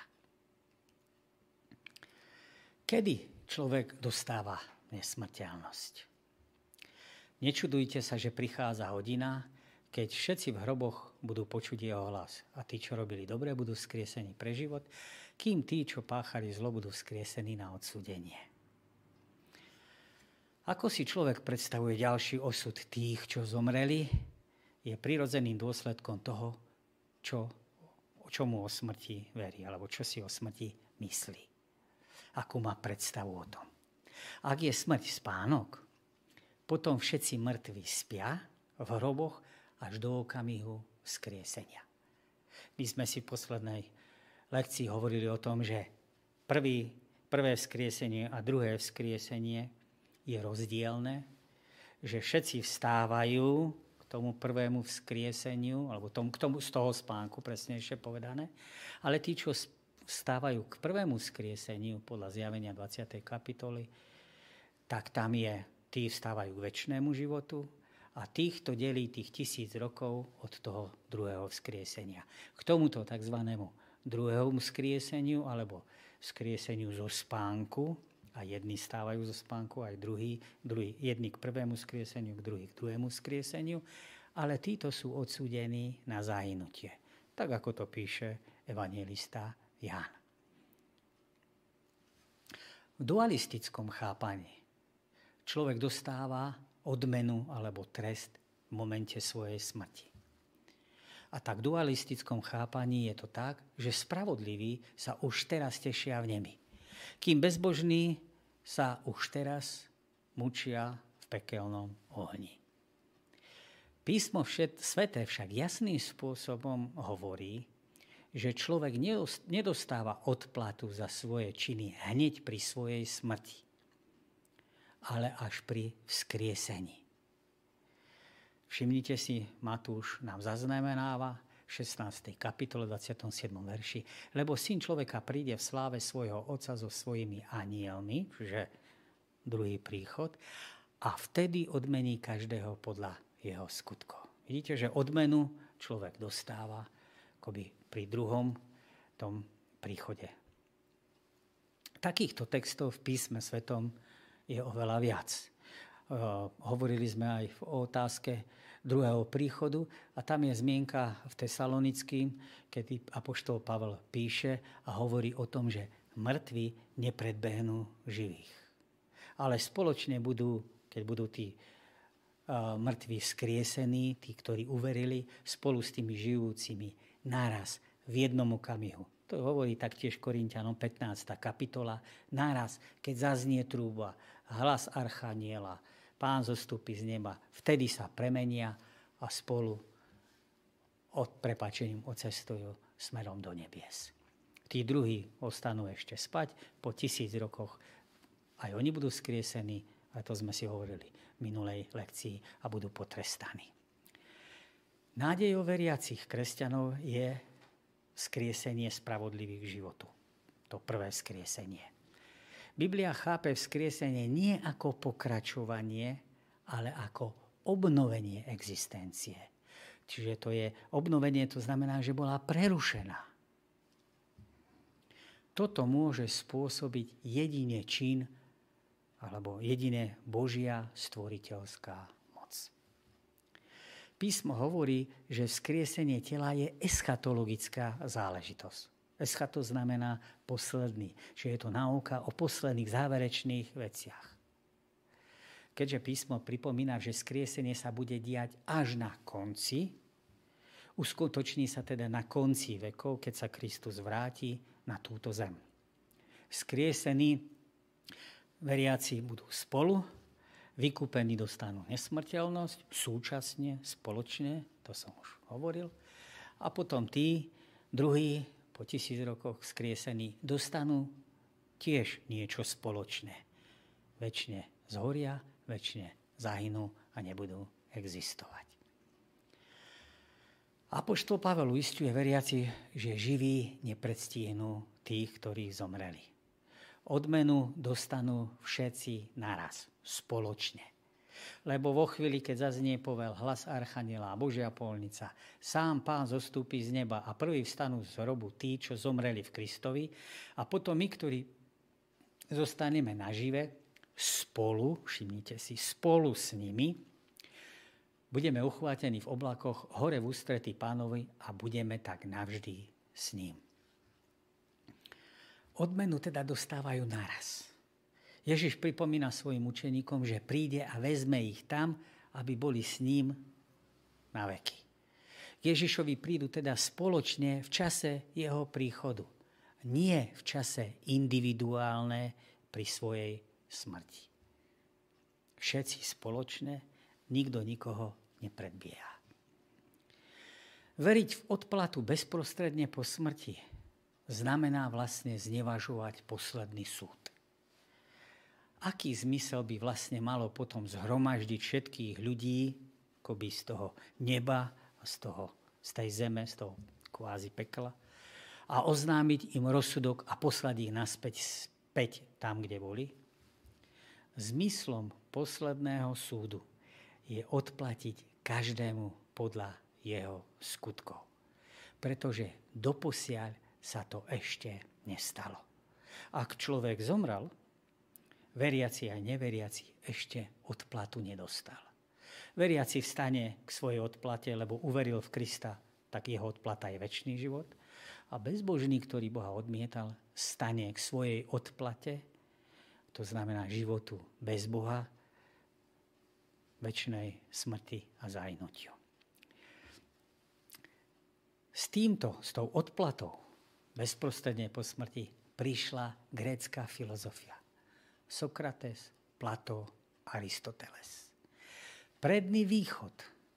Kedy človek dostáva nesmrteľnosť? Nečudujte sa, že prichádza hodina, keď všetci v hroboch budú počuť jeho hlas. A tí, čo robili dobre, budú vzkriesení pre život, kým tí, čo páchali zlo, budú vzkriesení na odsúdenie. Ako si človek predstavuje ďalší osud tých, čo zomreli, je prirodzeným dôsledkom toho, čomu o smrti verí, alebo čo si o smrti myslí. Akú má predstavu o tom. Ak je smrť spánok, potom všetci mŕtvi spia v hroboch až do okamihu vzkriesenia. My sme si v poslednej lekcii hovorili o tom, že prvé vzkriesenie a druhé vzkriesenie je rozdielne, že všetci vstávajú k tomu prvému vzkrieseniu, alebo z toho spánku, presnejšie povedané, ale tí, čo vstávajú k prvému vzkrieseniu podľa Zjavenia 20. kapitoly, tak tam tí vstávajú k večnému životu a týchto delí tých 1000 rokov od toho druhého vzkriesenia. K tomuto tzv. Druhému vzkrieseniu alebo vzkrieseniu zo spánku, a jedni stávajú zo spánku, aj jedni k prvému vzkrieseniu, druhý k druhému vzkrieseniu, ale títo sú odsúdení na zahynutie. Tak ako to píše evanjelista Ján. V dualistickom chápaní človek dostáva odmenu alebo trest v momente svojej smrti. A tak v dualistickom chápaní je to tak, že spravodliví sa už teraz tešia v nebi. Kým bezbožní sa už teraz mučia v pekelnom ohni. Písmo sväté však jasným spôsobom hovorí, že človek nedostáva odplatu za svoje činy hneď pri svojej smrti, ale až pri vzkriesení. Všimnite si, Matúš nám zaznamenáva v 16. kapitole 27. verši, lebo Syn človeka príde v sláve svojho Otca so svojimi anielmi, čiže druhý príchod, a vtedy odmení každého podľa jeho skutkov. Vidíte, že odmenu človek dostáva akoby pri druhom tom príchode. Takýchto textov v písme svetom je oveľa viac. Hovorili sme aj o otázke druhého príchodu a tam je zmienka v Tesalonickým, keď apoštol Pavel píše a hovorí o tom, že mŕtvi nepredbehnú živých. Ale spoločne budú, keď budú tí mŕtvi vzkriesení, tí, ktorí uverili, spolu s tými žijúcimi naraz v jednom okamihu. To hovorí taktiež Korinťanom 15. kapitola. Naraz, keď zaznie trúba, hlas archaniela, Pán zostúpi z neba, vtedy sa premenia a spolu prepáčením odcestujú smerom do nebies. Tí druhí ostanú ešte spať, po 1000 rokoch aj oni budú skriesení, a to sme si hovorili v minulej lekcii, a budú potrestaní. Nádejou veriacich kresťanov je vzkriesenie spravodlivých k životu. To prvé vzkriesenie. Biblia chápe vzkriesenie nie ako pokračovanie, ale ako obnovenie existencie. Čiže to je obnovenie, to znamená, že bola prerušená. Toto môže spôsobiť jedine čin alebo jedine Božia stvoriteľská moc. Písmo hovorí, že vzkriesenie tela je eschatologická záležitosť. Eschatos znamená posledný, že je to náuka o posledných záverečných veciach. Keďže písmo pripomína, že vzkriesenie sa bude diať až na konci, uskutoční sa teda na konci vekov, keď sa Kristus vráti na túto zem. Vzkriesení veriaci budú spolu, vykúpení dostanú nesmrteľnosť, súčasne, spoločne, to som už hovoril, a potom tí druhí po 1000 rokoch vzkriesení dostanú tiež niečo spoločné. Večne zhoria, večne zahynú a nebudú existovať. Apoštol Pavel uisťuje veriaci, že živí nepredstihnú tých, ktorí zomreli. Odmenu dostanú všetci naraz, spoločne. Lebo vo chvíli, keď zaznie povel hlas archaniela a Božia polnica, sám Pán zostúpi z neba a prví vstanú z hrobu tí, čo zomreli v Kristovi, a potom my, ktorí zostaneme nažive, spolu, všimnite si, spolu s nimi, budeme uchvátení v oblakoch hore v ústretí Pánovi a budeme tak navždy s ním. Odmenu teda dostávajú naraz. Ježiš pripomína svojim učeníkom, že príde a vezme ich tam, aby boli s ním na veky. K Ježišovi prídu teda spoločne v čase jeho príchodu. Nie v čase individuálne pri svojej smrti. Všetci spoločne, nikto nikoho nepredbieha. Veriť v odplatu bezprostredne po smrti znamená vlastne znevažovať posledný súd. Aký zmysel by vlastne malo potom zhromaždiť všetkých ľudí, akoby z toho neba, z tej zeme, z toho kvázi pekla, a oznámiť im rozsudok a poslať ich späť tam, kde boli? Zmyslom posledného súdu je odplatiť každému podľa jeho skutkov. Pretože doposiaľ sa to ešte nestalo. Ak človek zomrel, veriaci a neveriaci ešte odplatu nedostal. Veriaci vstane k svojej odplate, lebo uveril v Krista, tak jeho odplata je večný život. A bezbožný, ktorý Boha odmietal, stane k svojej odplate, to znamená životu bez Boha, večnej smrti a zahynútiu. S tou odplatou, bezprostredne po smrti, prišla grécka filozofia. Sokrates, Platón, Aristoteles. Predný východ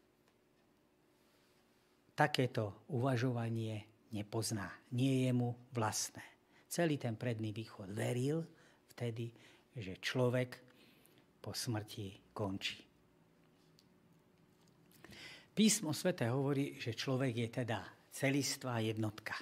takéto uvažovanie nepozná. Nie je mu vlastné. Celý ten predný východ veril vtedy, že človek po smrti končí. Písmo sväté hovorí, že človek je teda celistvá jednotka.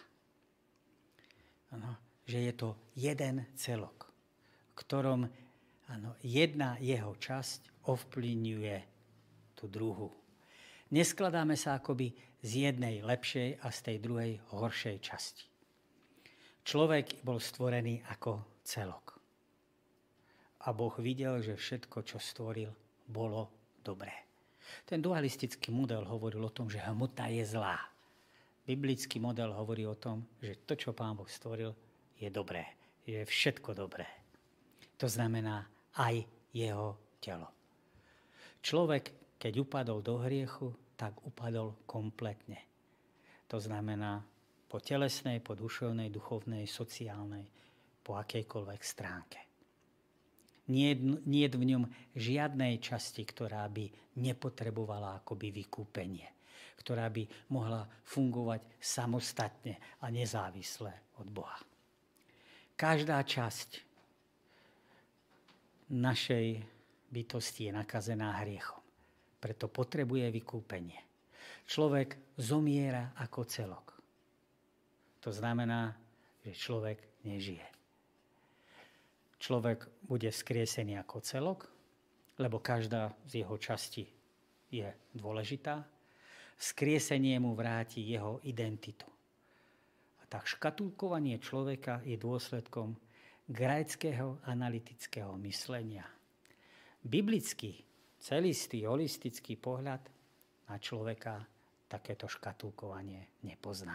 Že je to jeden celok, v ktorom jedna jeho časť ovplyvňuje tú druhú. Neskladáme sa akoby z jednej lepšej a z tej druhej horšej časti. Človek bol stvorený ako celok. A Boh videl, že všetko, čo stvoril, bolo dobré. Ten dualistický model hovoril o tom, že hmota je zlá. Biblický model hovorí o tom, že to, čo Pán Boh stvoril, je dobré. Je všetko dobré. To znamená aj jeho telo. Človek, keď upadol do hriechu, tak upadol kompletne. To znamená po telesnej, po duševnej, duchovnej, sociálnej, po akejkoľvek stránke. Nie je v ňom žiadnej časti, ktorá by nepotrebovala akoby vykúpenie, ktorá by mohla fungovať samostatne a nezávisle od Boha. Každá časť našej bytosti je nakazená hriechom. Preto potrebuje vykúpenie. Človek zomiera ako celok. To znamená, že človek nežije. Človek bude vzkriesený ako celok, lebo každá z jeho časti je dôležitá. Vzkriesenie mu vráti jeho identitu. A tak škatulkovanie človeka je dôsledkom gréckeho analytického myslenia. Biblický, celistý, holistický pohľad na človeka takéto škatulkovanie nepozná.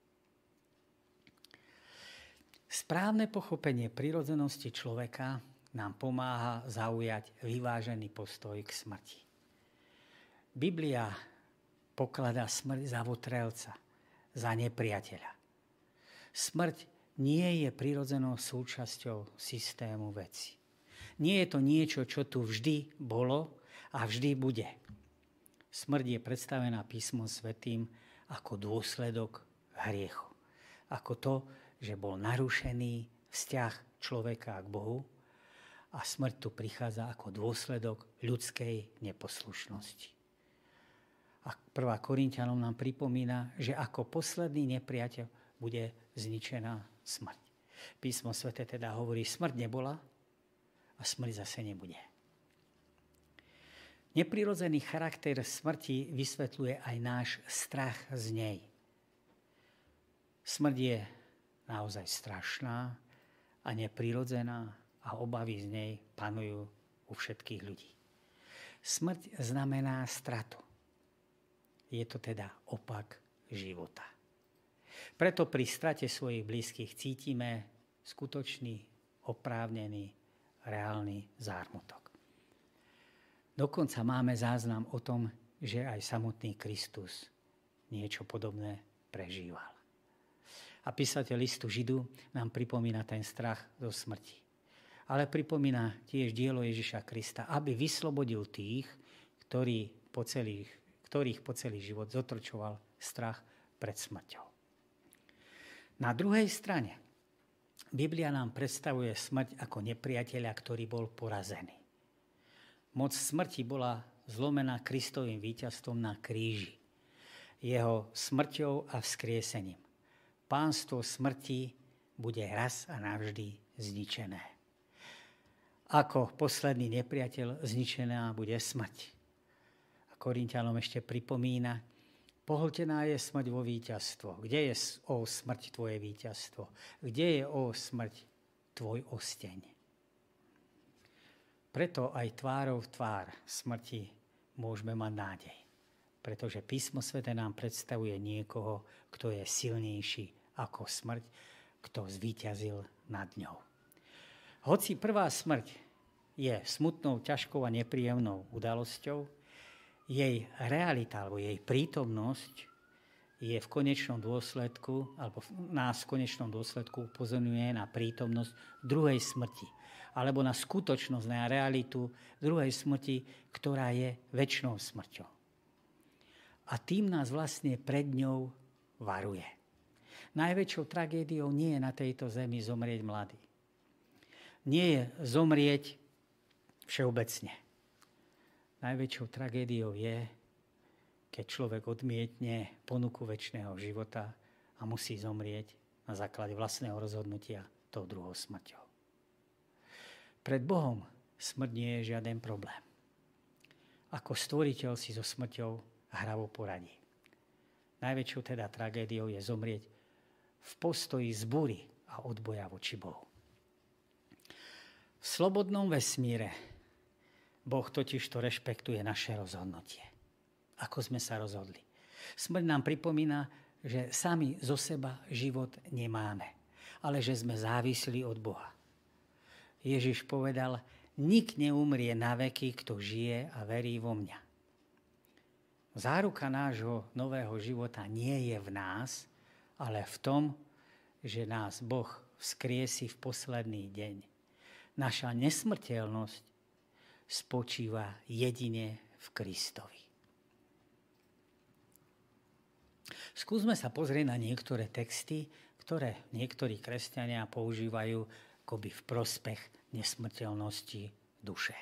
Správne pochopenie prirodzenosti človeka nám pomáha zaujať vyvážený postoj k smrti. Biblia pokladá smrť za votrelca, za nepriateľa. Smrť nie je prirodzenou súčasťou systému veci. Nie je to niečo, čo tu vždy bolo a vždy bude. Smrť je predstavená písmom svätým ako dôsledok hriechu. Ako to, že bol narušený vzťah človeka k Bohu a smrť tu prichádza ako dôsledok ľudskej neposlušnosti. A 1. Korinťanom nám pripomína, že ako posledný nepriateľ bude zničená smrť. Písmo sväté teda hovorí, smrť nebola a smrť zase nebude. Neprirodzený charakter smrti vysvetľuje aj náš strach z nej. Smrť je naozaj strašná a neprirodzená a obavy z nej panujú u všetkých ľudí. Smrť znamená stratu. Je to teda opak života. Preto pri strate svojich blízkych cítime skutočný, oprávnený, reálny zármutok. Dokonca máme záznam o tom, že aj samotný Kristus niečo podobné prežíval. A písateľ listu Židu nám pripomína ten strach zo smrti. Ale pripomína tiež dielo Ježiša Krista, aby vyslobodil tých, ktorých po celý život zotročoval strach pred smrťou. Na druhej strane Biblia nám predstavuje smrť ako nepriateľa, ktorý bol porazený. Moc smrti bola zlomená Kristovým víťazstvom na kríži, jeho smrťou a vzkriesením. Pánstvo smrti bude raz a navždy zničené. Ako posledný nepriateľ zničená bude smrť. A Korinťanom ešte pripomína, pohltená je smrť vo víťazstvo. Kde je, ó smrť, tvoje víťazstvo? Kde je, ó smrť, tvoj osteň? Preto aj tvárou v tvár smrti môžeme mať nádej. Pretože písmo sväté nám predstavuje niekoho, kto je silnejší ako smrť, kto zvíťazil nad ňou. Hoci prvá smrť je smutnou, ťažkou a nepríjemnou udalosťou, jej realita alebo jej prítomnosť je v konečnom dôsledku, alebo nás v konečnom dôsledku upozorňuje na prítomnosť druhej smrti. Alebo na skutočnosť, na realitu druhej smrti, ktorá je večnou smrťou. A tým nás vlastne pred ňou varuje. Najväčšou tragédiou nie je na tejto zemi zomrieť mladý. Nie je zomrieť všeobecne. Najväčšou tragédiou je, keď človek odmietne ponuku večného života a musí zomrieť na základe vlastného rozhodnutia tou druhou smrťou. Pred Bohom smrť nie je žiaden problém. Ako stvoriteľ si so smrťou hravo poradí. Najväčšou teda tragédiou je zomrieť v postoji zbúry a odboja voči Bohu. V slobodnom vesmíre Boh totiž to rešpektuje naše rozhodnutie. Ako sme sa rozhodli. Smrť nám pripomína, že sami zo seba život nemáme, ale že sme závislí od Boha. Ježiš povedal, nik neumrie na veky, kto žije a verí vo mňa. Záruka nášho nového života nie je v nás, ale v tom, že nás Boh vzkriesi v posledný deň. Naša nesmrteľnosť spočíva jedine v Kristovi. Skúsme sa pozrieť na niektoré texty, ktoré niektorí kresťania používajú akoby v prospech nesmrteľnosti duše.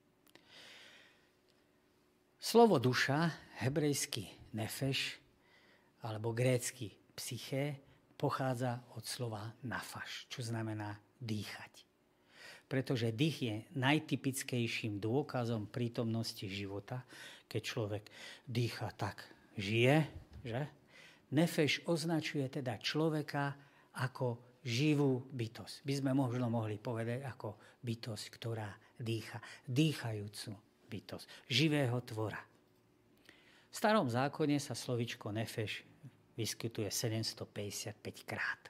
Slovo duša, hebrejský nefeš, alebo grécky psyché, pochádza od slova nafaš, čo znamená dýchať. Pretože dých je najtypickejším dôkazom prítomnosti života. Keď človek dýcha, tak žije, že? Nefeš označuje teda človeka ako živú bytosť. By sme možno mohli povedať ako bytosť, ktorá dýcha. Dýchajúcu bytosť. Živého tvora. V Starom zákone sa slovičko nefeš vyskytuje 755 krát.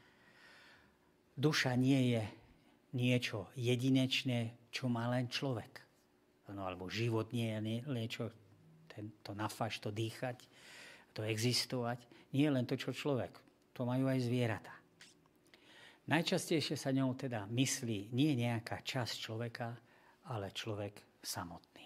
Duša nie je niečo jedinečné, čo má len človek. No, alebo život nie je niečo, to nafaš, to dýchať, to existovať. Nie je len to, čo človek. To majú aj zvieratá. Najčastejšie sa ňou teda myslí nie nejaká časť človeka, ale človek samotný.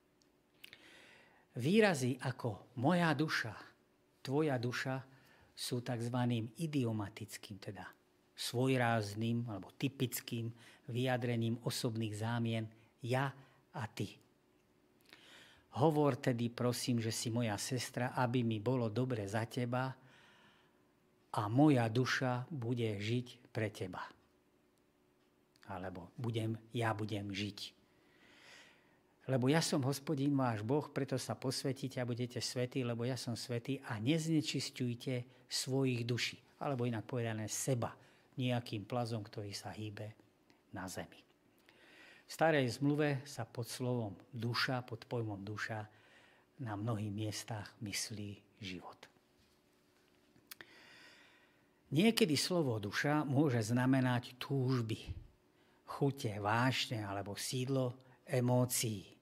Výrazy ako moja duša, tvoja duša sú tzv. Idiomatickým, teda svojrázným alebo typickým vyjadrením osobných zámien ja a ty. Hovor tedy prosím, že si moja sestra, aby mi bolo dobre za teba a moja duša bude žiť pre teba. Alebo ja budem žiť. Lebo ja som Hospodín váš Boh, preto sa posvetíte a budete svätí, lebo ja som svätý a neznečisťujte svojich duší. Alebo inak povedané seba, nejakým plazom, ktorý sa hýbe na zemi. V starej zmluve sa pod slovom duša, pod pojmom duša na mnohých miestach myslí život. Niekedy slovo duša môže znamenať túžby, chute, vášne alebo sídlo emócií.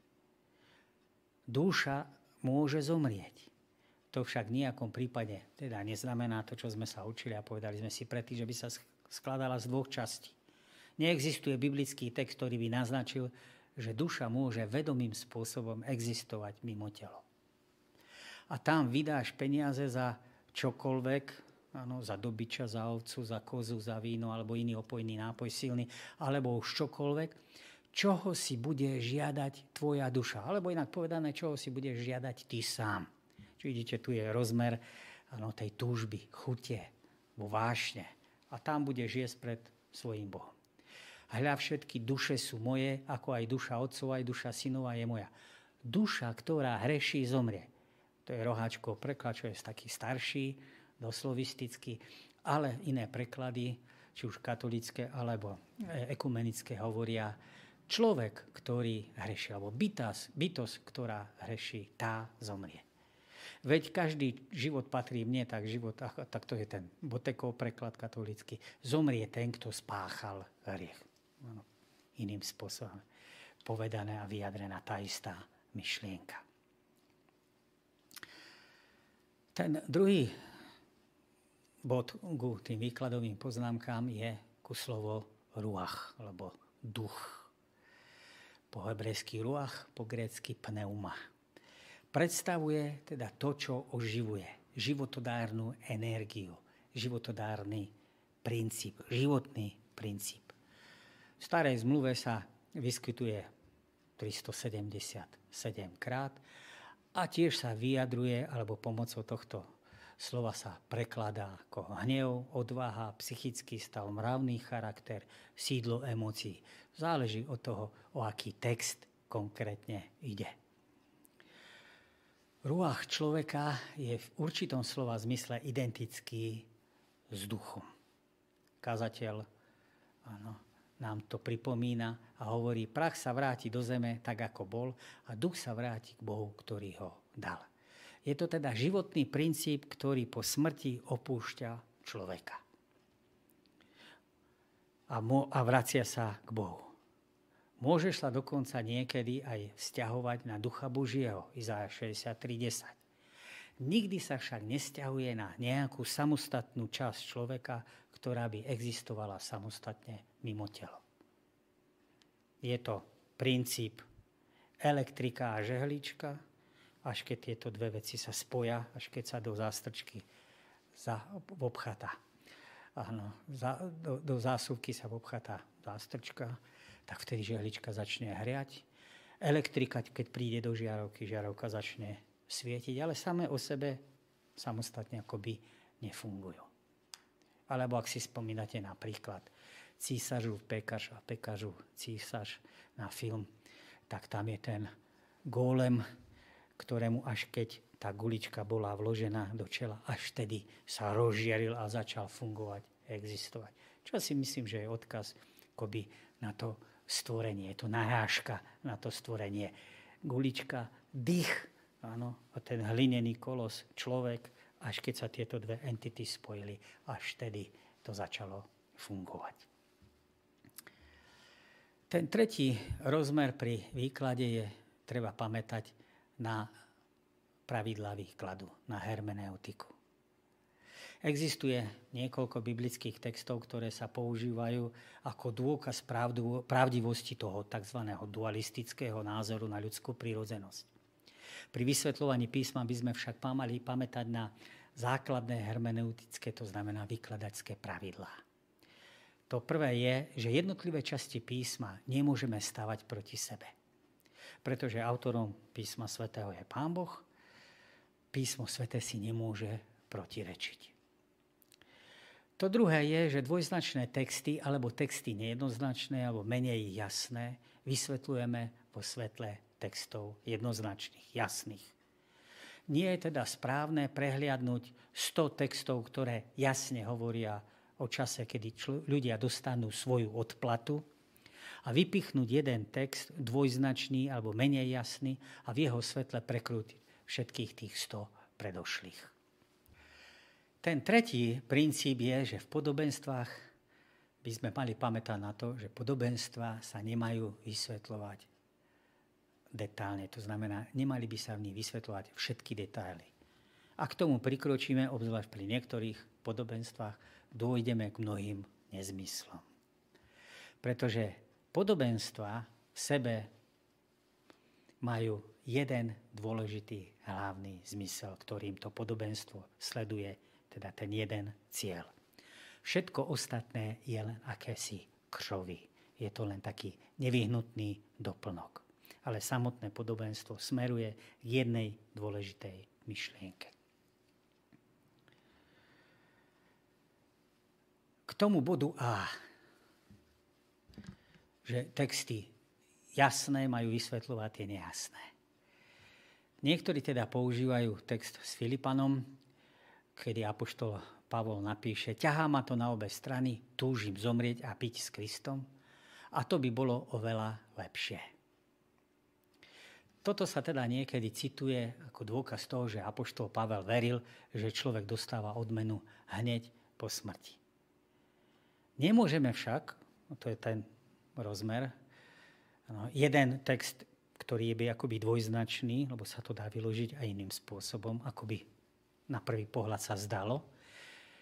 Duša môže zomrieť. To však v nejakom prípade teda neznamená to, čo sme sa učili a povedali sme si predtým, že by sa skladala z dvoch častí. Neexistuje biblický text, ktorý by naznačil, že duša môže vedomým spôsobom existovať mimo telo. A tam vydáš peniaze za čokoľvek, za dobyča, za ovcu, za kozu, za víno alebo iný opojný nápoj silný, alebo už čokoľvek, čoho si bude žiadať tvoja duša. Alebo inak povedané, čoho si budeš žiadať ty sám. Čiže vidíte, tu je rozmer tej túžby, chute, vo vášne. A tam budeš jesť pred svojím Bohom. Hľa, všetky duše sú moje, ako aj duša otcova, aj duša synova je moja. Duša, ktorá hreší, zomrie. To je Roháčkov preklad, čo je taký starší, doslovistický, ale iné preklady, či už katolické alebo ekumenické, hovoria človek, ktorý hreší, alebo bytosť, ktorá hreší, tá zomrie. Veď každý život patrí mne, tak to je ten Botekov preklad katolícky. Zomrie ten, kto spáchal hriech. Iným spôsobom povedané a vyjadrená tá istá myšlienka. Ten druhý bod ku tým výkladovým poznámkám je ku slovo ruach, alebo duch. Po hebrejsky ruach, po grécky pneuma. Predstavuje teda to, čo oživuje. Životodárnu energiu, životodárny princíp, životný princíp. V starej zmluve sa vyskytuje 377 krát a tiež sa vyjadruje, alebo pomocou tohto slova sa prekladá ako hnev, odvaha, psychický stav, mravný charakter, sídlo emócií. Záleží od toho, o aký text konkrétne ide. Ruach človeka je v určitom slova zmysle identický s duchom. Kazateľ nám to pripomína a hovorí, prach sa vráti do zeme tak, ako bol, a duch sa vráti k Bohu, ktorý ho dal. Je to teda životný princíp, ktorý po smrti opúšťa človeka. A vracia sa k Bohu. Môžeš sa dokonca niekedy aj vzťahovať na ducha Božieho, Izajáš 63:10. Nikdy sa však nesťahuje na nejakú samostatnú časť človeka, ktorá by existovala samostatne mimo telo. Je to princíp elektrika a žehlička, až keď tieto dve veci sa spoja, až keď sa do zástrčky vobchatá. Do zásuvky sa vobchatá zástrčka, tak vtedy žehlička začne hriať. Elektrika, keď príde do žiarovky, žiarovka začne svietiť, ale samé o sebe samostatne akoby nefungujú. Alebo ak si spomínate napríklad Císařův pekař a pekařův císař na film, tak tam je ten gólem, ktorému až keď tá gulička bola vložená do čela, až vtedy sa rozžiaril a začal fungovať, existovať. Čo si myslím, že je odkaz akoby na to stvorenie. Je to narážka na to stvorenie. Gulička, dých, áno, a ten hlinený kolos, človek, až keď sa tieto dve entity spojili, až vtedy to začalo fungovať. Ten tretí rozmer pri výklade je, treba pamätať na pravidlá výkladu, na hermeneutiku. Existuje niekoľko biblických textov, ktoré sa používajú ako dôkaz pravdivosti toho tzv. Dualistického názoru na ľudskú prirodzenosť. Pri vysvetľovaní písma by sme však mali pamätať na základné hermeneutické, to znamená vykladačské pravidlá. To prvé je, že jednotlivé časti písma nemôžeme stavať proti sebe. Pretože autorom písma svätého je Pán Boh, písmo sväté si nemôže protirečiť. To druhé je, že dvojznačné texty alebo texty nejednoznačné alebo menej jasné vysvetľujeme vo svetle textov jednoznačných, jasných. Nie je teda správne prehliadnúť 100 textov, ktoré jasne hovoria o čase, kedy ľudia dostanú svoju odplatu, a vypichnúť jeden text dvojznačný alebo menej jasný a v jeho svetle prekrútiť všetkých tých 100 predošlých. Ten tretí princíp je, že v podobenstvách by sme mali pamätať na to, že podobenstvá sa nemajú vysvetľovať detálne. To znamená, nemali by sa v nich vysvetľovať všetky detaily. A k tomu prikročíme, obzvlášť pri niektorých podobenstvách, dôjdeme k mnohým nezmyslom. Pretože podobenstvá v sebe majú jeden dôležitý hlavný zmysel, ktorým to podobenstvo sleduje, teda ten jeden cieľ. Všetko ostatné je len akési křovy. Je to len taký nevyhnutný doplnok. Ale samotné podobenstvo smeruje k jednej dôležitej myšlienke. K tomu bodu A, že texty jasné majú vysvetľovať tie nejasné. Niektorí teda používajú text s Filipanom, kedy apoštol Pavol napíše: ťahá ma to na obe strany, túžim zomrieť a piť s Kristom, a to by bolo oveľa lepšie. Toto sa teda niekedy cituje ako dôkaz toho, že apoštol Pavel veril, že človek dostáva odmenu hneď po smrti. Nemôžeme však, to je ten rozmer, jeden text, ktorý je akoby dvojznačný, lebo sa to dá vyložiť aj iným spôsobom, ako by na prvý pohľad sa zdalo,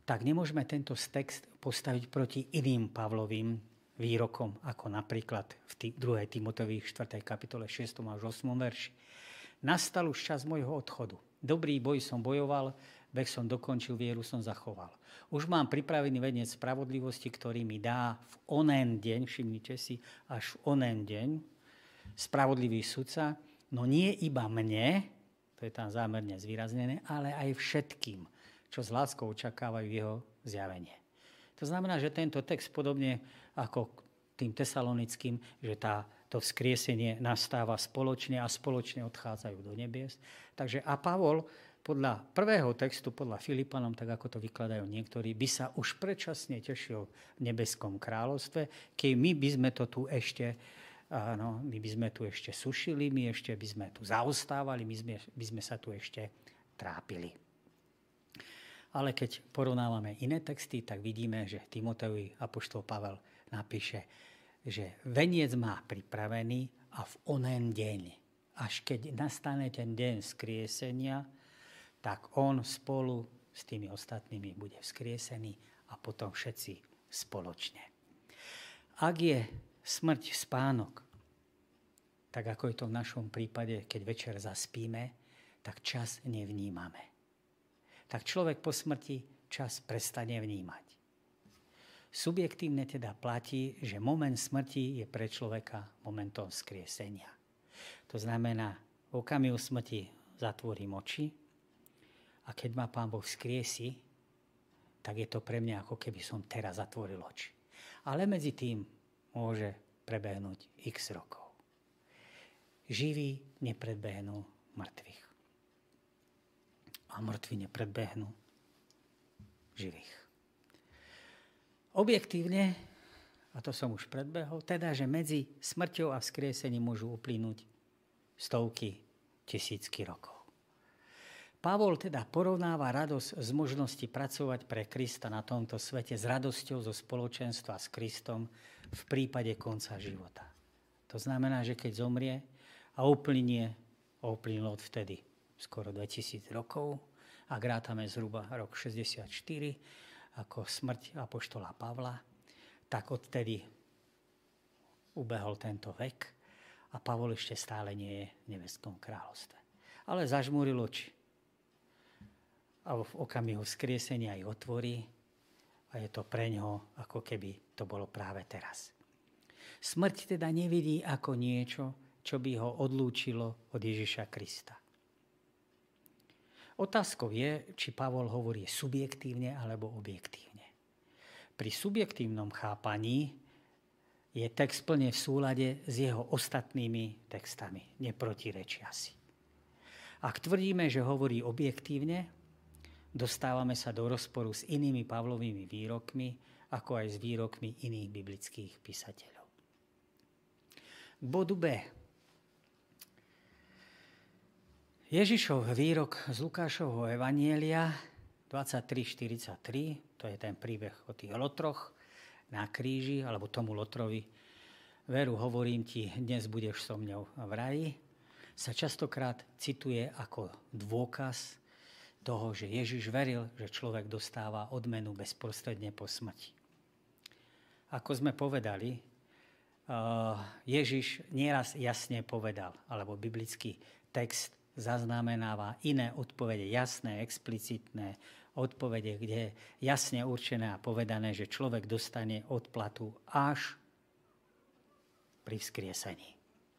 tak nemôžeme tento text postaviť proti iným Pavlovým výrokom, ako napríklad v 2. Timoteovi 4. kapitole 6. až 8. verši. Nastal už čas môjho odchodu. Dobrý boj som bojoval, beh som dokončil, vieru som zachoval. Už mám pripravený veniec spravodlivosti, ktorý mi dá v onen deň, všimnite si, až v onen deň, spravodlivý sudca, no nie iba mne, to je tam zámerne zvýraznené, ale aj všetkým, čo s láskou očakávajú jeho zjavenie. To znamená, že tento text podobne ako tým tesalonickým, že to vzkriesenie nastáva spoločne a spoločne odchádzajú do nebies. Takže a Pavol podľa prvého textu, podľa Filipanom, tak ako to vykladajú niektorí, by sa už predčasne tešil v nebeskom kráľovstve, keď my by sme to tu ešte my by sme tu ešte sušili, my ešte by sme tu zaostávali, my by sme sa tu ešte trápili. Ale keď porovnávame iné texty, tak vidíme, že Timoteovi apoštol Pavel napíše, že veniec má pripravený a v onen deň, až keď nastane ten deň vzkriesenia, tak on spolu s tými ostatnými bude vzkriesený a potom všetci spoločne. Ak je smrť spánok, tak ako je to v našom prípade, keď večer zaspíme, tak čas nevnímame. Tak človek po smrti čas prestane vnímať. Subjektívne teda platí, že moment smrti je pre človeka momentom vzkriesenia. To znamená, v okamihu smrti zatvorím oči a keď ma Pán Boh vzkriesi, tak je to pre mňa, ako keby som teraz zatvoril oči. Ale medzi tým môže prebehnúť x rokov. Živí nepredbehnú mŕtvych. A mŕtvi nepredbehnú živých. Objektívne, a to som už predbehol, teda, že medzi smrťou a vzkriesením môžu uplynúť stovky, tisícky rokov. Pavol teda porovnáva radosť z možnosti pracovať pre Krista na tomto svete s radosťou zo spoločenstva s Kristom v prípade konca života. To znamená, že keď zomrie a uplynulo odvtedy skoro 2000 rokov, ak rátame zhruba rok 64 ako smrť apoštola Pavla, tak odtedy ubehol tento vek a Pavol ešte stále nie je v nebeskom kráľovstve. Ale zažmúril oči a v okamihu vzkriesenia ich otvorí a je to pre ňoho, ako keby to bolo práve teraz. Smrť teda nevidí ako niečo, čo by ho odlúčilo od Ježiša Krista. Otázkou je, či Pavol hovorí subjektívne alebo objektívne. Pri subjektívnom chápaní je text plne v súlade s jeho ostatnými textami, neprotirečia si. Ak tvrdíme, že hovorí objektívne, dostávame sa do rozporu s inými Pavlovými výrokmi, ako aj s výrokmi iných biblických písateľov. K bodu B. Ježišov výrok z Lukášovho evanjelia 23:43, to je ten príbeh o tých lotroch na kríži, alebo tomu lotrovi, veru hovorím ti, dnes budeš so mňou v raji, sa častokrát cituje ako dôkaz toho, že Ježiš veril, že človek dostáva odmenu bezprostredne po smrti. Ako sme povedali, Ježiš nieraz jasne povedal, alebo biblický text zaznamenáva iné odpovede, jasné, explicitné odpovede, kde je jasne určené a povedané, že človek dostane odplatu až pri vzkriesení.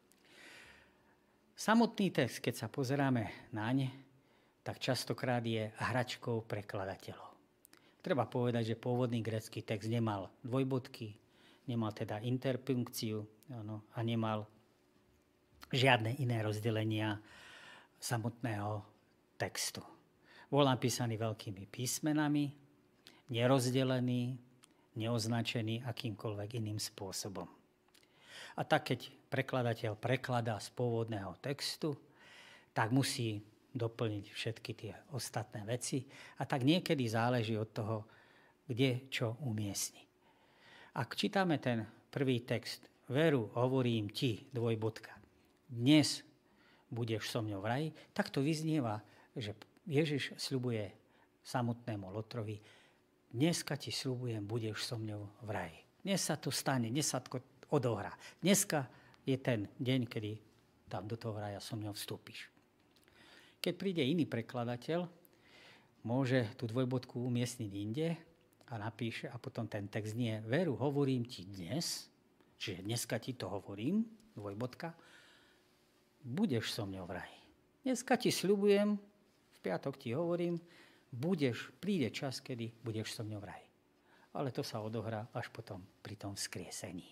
Samotný text, keď sa pozeráme naň, tak častokrát je hračkou prekladateľov. Treba povedať, že pôvodný grécky text nemal dvojbodky, nemal teda interpunkciu a nemal žiadne iné rozdelenia samotného textu. Bol napísaný veľkými písmenami, nerozdelený, neoznačený akýmkoľvek iným spôsobom. A tak, keď prekladateľ prekladá z pôvodného textu, tak musí doplniť všetky tie ostatné veci a tak niekedy záleží od toho, kde čo umiestni. Ak čítame ten prvý text, veru hovorím ti, dvojbodka, dnes budeš so mňou v raji, tak to vyznieva, že Ježiš sľubuje samotnému lotrovi, dneska ti sľubujem, budeš so mňou v raji. Dnes sa to stane, dnes sa to odohrá. Dneska je ten deň, kedy tam do toho raja so mňou vstúpiš. Keď príde iný prekladateľ, môže tú dvojbodku umiestniť inde a napíše, a potom ten text nie, veru, hovorím ti dnes, čiže dneska ti to hovorím, dvojbodka, budeš so mňou v raji. Dneska ti sľubujem, v piatok ti hovorím, príde čas, kedy budeš so mňou v raji. Ale to sa odohrá až potom pri tom vzkriesení.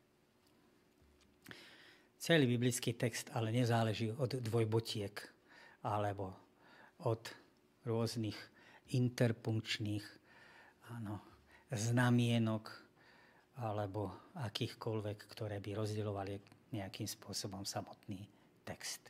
Celý biblický text ale nezáleží od dvojbotiek alebo od rôznych interpunkčných znamienok alebo akýchkoľvek, ktoré by rozdielovali nejakým spôsobom samotný text.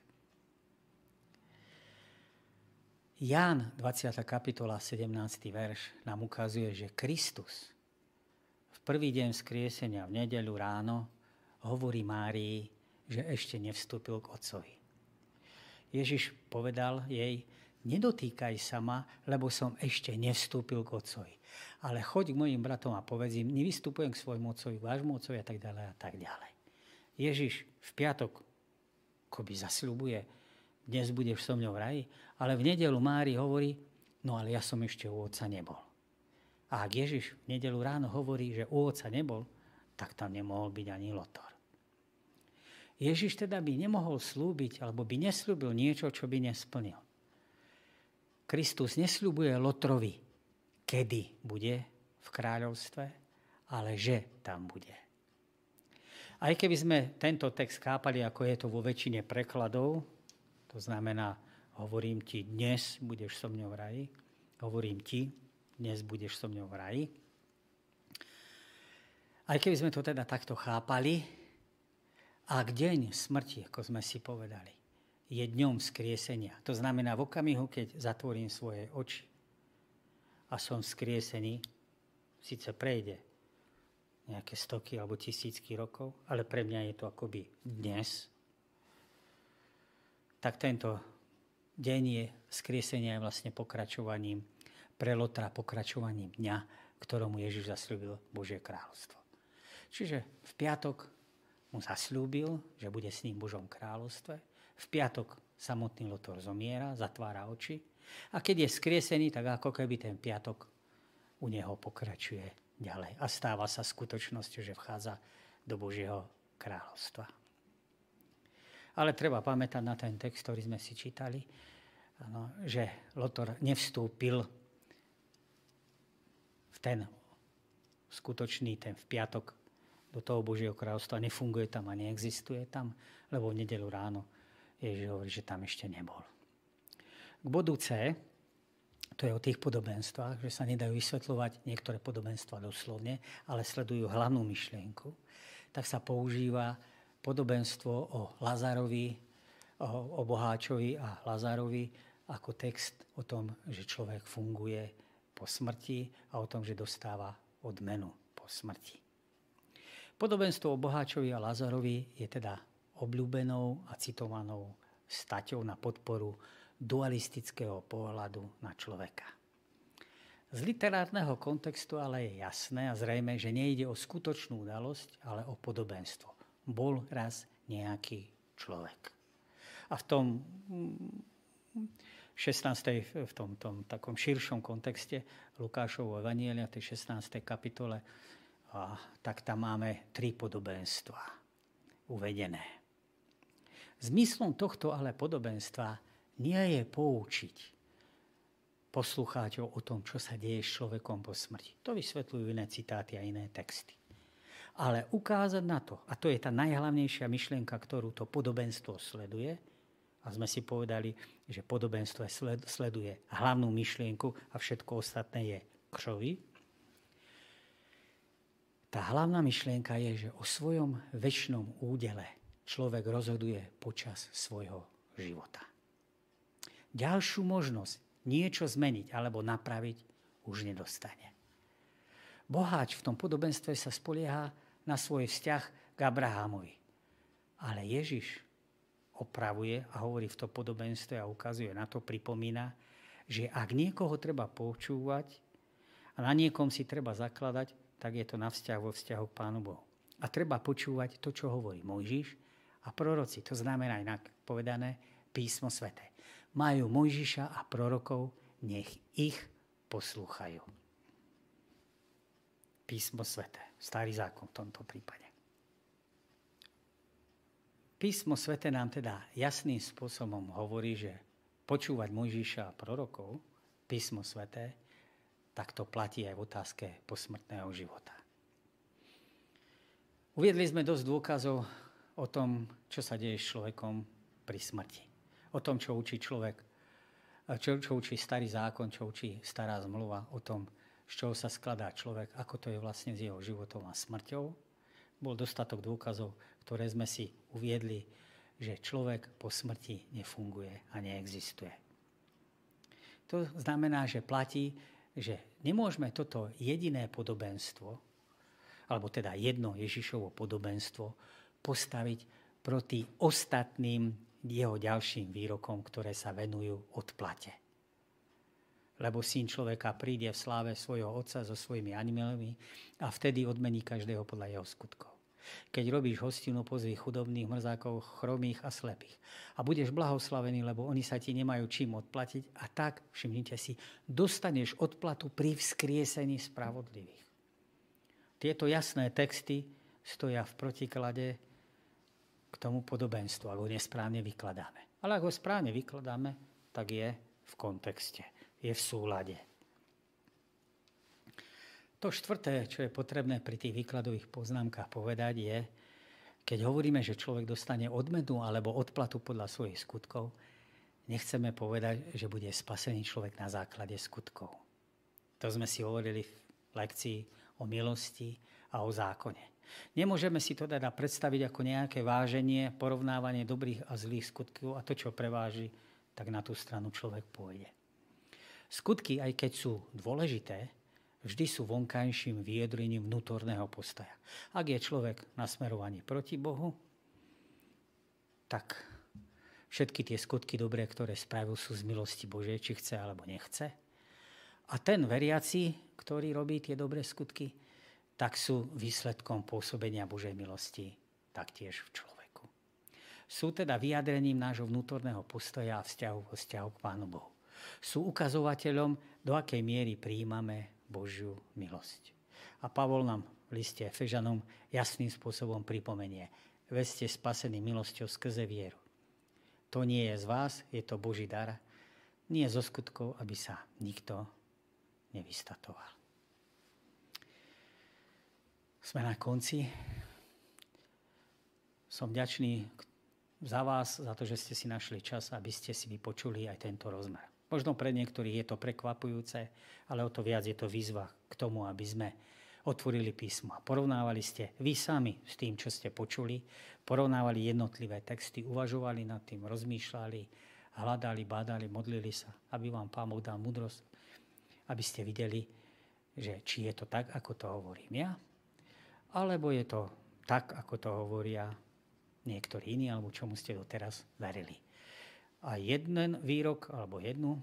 Ján, 20. kapitola, 17. verš nám ukazuje, že Kristus v prvý deň vzkriesenia v nedeľu ráno hovorí Márii, že ešte nevstúpil k Otcovi. Ježiš povedal jej, nedotýkaj sa ma, lebo som ešte nevstúpil k Otcovi. Ale choď k mojim bratom a povedz im, nevystupujem k svojmu Otcovi, vášmu Otcovi a tak ďalej a tak ďalej. Ježiš v piatok akoby zasľubuje, dnes budeš so mňou v raji, ale v nedeľu Mári hovorí, no ale ja som ešte u Otca nebol. A ak Ježiš v nedeľu ráno hovorí, že u Otca nebol, tak tam nemohol byť ani Lotor. Ježiš teda by nemohol slúbiť, alebo by nesľúbil niečo, čo by nesplnil. Kristus nesľubuje Lotrovi, kedy bude v kráľovstve, ale že tam bude. Aj keby sme tento text chápali, ako je to vo väčšine prekladov, to znamená, hovorím ti, dnes budeš so mňou v raji, hovorím ti, dnes budeš so mňou v raji. Aj keby sme to teda takto chápali, ak deň smrti, ako sme si povedali, je dňom vzkriesenia, to znamená v okamihu, keď zatvorím svoje oči a som vzkriesený, síce prejde nejaké stoky alebo tisícky rokov, ale pre mňa je to akoby dnes, tak tento deň je vzkriesenia vlastne pokračovaním pre Lotra, pokračovaním dňa, ktorému Ježiš zasľúbil Božie kráľovstvo. Čiže v piatok mu zasľúbil, že bude s ním v Božom kráľovstve. V piatok samotný Lotor zomiera, zatvára oči. A keď je vzkriesený, tak ako keby ten piatok u neho pokračuje ďalej. A stáva sa skutočnosťou, že vchádza do Božieho kráľovstva. Ale treba pamätať na ten text, ktorý sme si čítali, že Lotor nevstúpil v ten skutočný, ten v piatok do toho Božieho kráľovstva, nefunguje tam a neexistuje tam, lebo v nedeľu ráno Ježiš hovorí, že tam ešte nebol. K bodu C, to je o tých podobenstvách, že sa nedajú vysvetľovať niektoré podobenstva doslovne, ale sledujú hlavnú myšlienku, tak sa používa podobenstvo o Lazarovi, o boháčovi a Lazarovi ako text o tom, že človek funguje po smrti a o tom, že dostáva odmenu po smrti. Podobenstvo o boháčovi a Lazarovi je teda obľúbenou a citovanou staťou na podporu dualistického pohľadu na človeka. Z literárneho kontextu ale je jasné a zrejme, že nejde o skutočnú udalosť, ale o podobenstvo. Bol raz nejaký človek. A v tom 16. v tom takom širšom kontexte Lukášovho evanjelia, tej 16. kapitole, tak tam máme 3 podobenstvá uvedené. Zmyslom tohto ale podobenstva nie je poučiť poslucháčov o tom, čo sa deje s človekom po smrti. To vysvetľujú iné citáty a iné texty. Ale ukázať na to, a to je tá najhlavnejšia myšlienka, ktorú to podobenstvo sleduje, a sme si povedali, že podobenstvo sleduje hlavnú myšlienku a všetko ostatné je křoví. Tá hlavná myšlienka je, že o svojom večnom údele človek rozhoduje počas svojho života. Ďalšiu možnosť niečo zmeniť alebo napraviť už nedostane. Boháč v tom podobenstve sa spolieha na svoj vzťah k Abrahamovi. Ale Ježiš opravuje a hovorí v tom podobenstve a ukazuje na to, pripomína, že ak niekoho treba počúvať a na niekom si treba zakladať, tak je to na vzťah vo vzťahu k Pánu Bohu. A treba počúvať to, čo hovorí Mojžiš a proroci. To znamená inak povedané Písmo sväté. Majú Mojžiša a prorokov, nech ich poslúchajú. Písmo sväté, Starý zákon v tomto prípade. Písmo sväté nám teda jasným spôsobom hovorí, že počúvať Mojžiša a prorokov, Písmo sväté, tak to platí aj v otázke posmrtného života. Uviedli sme dosť dôkazov o tom, čo sa deje s človekom pri smrti. O tom, čo učí človek, čo učí Starý zákon, čo učí Stará zmluva, o tom, z čoho sa skladá človek, ako to je vlastne s jeho životom a smrťou. Bol dostatok dôkazov, ktoré sme si uviedli, že človek po smrti nefunguje a neexistuje. To znamená, že platí, že nemôžeme toto jediné podobenstvo, alebo teda jedno Ježišovo podobenstvo, postaviť proti ostatným jeho ďalším výrokom, ktoré sa venujú odplate. Lebo Syn človeka príde v sláve svojho Otca so svojimi anielmi a vtedy odmení každého podľa jeho skutkov. Keď robíš hostinu, pozvi chudobných, mrzákov, chromých a slepých. A budeš blahoslavený, lebo oni sa ti nemajú čím odplatiť. A tak, všimnite si, dostaneš odplatu pri vzkriesení spravodlivých. Tieto jasné texty stoja v protiklade k tomu podobenstvu, ak ho nesprávne vykladáme. Ale ak ho správne vykladáme, tak je v kontexte, je v súlade. To štvrté, čo je potrebné pri tých výkladových poznámkach povedať, je, keď hovoríme, že človek dostane odmenu alebo odplatu podľa svojich skutkov, nechceme povedať, že bude spasený človek na základe skutkov. To sme si hovorili v lekcii o milosti a o zákone. Nemôžeme si to teda predstaviť ako nejaké váženie, porovnávanie dobrých a zlých skutkov a to, čo preváži, tak na tú stranu človek pôjde. Skutky, aj keď sú dôležité, vždy sú vonkajším vyjadrením vnútorného postoja. Ak je človek nasmerovaný proti Bohu, tak všetky tie skutky dobré, ktoré spravil, sú z milosti Božej, či chce alebo nechce. A ten veriaci, ktorý robí tie dobré skutky, tak sú výsledkom pôsobenia Božej milosti taktiež v človeku. Sú teda vyjadrením nášho vnútorného postoja a vzťahu k Pánu Bohu. Sú ukazovateľom, do akej miery prijímame Božiu milosť. A Pavol nám v liste Efežanom jasným spôsobom pripomenie. Veď ste spasení milosťou skrze vieru. To nie je z vás, je to Boží dar, nie zo skutkov, aby sa nikto nevystatoval. Sme na konci. Som vďačný za vás, za to, že ste si našli čas, aby ste si vypočuli aj tento rozmer. Možno pre niektorých je to prekvapujúce, ale o to viac je to výzva k tomu, aby sme otvorili písmo. Porovnávali ste vy sami s tým, čo ste počuli, porovnávali jednotlivé texty, uvažovali nad tým, rozmýšľali, hľadali, bádali, modlili sa, aby vám Pán Boh dal múdrosť, aby ste videli, že či je to tak, ako to hovorím ja, alebo je to tak, ako to hovoria niektorí iní, alebo čomu ste doteraz verili. A jeden výrok, alebo jeden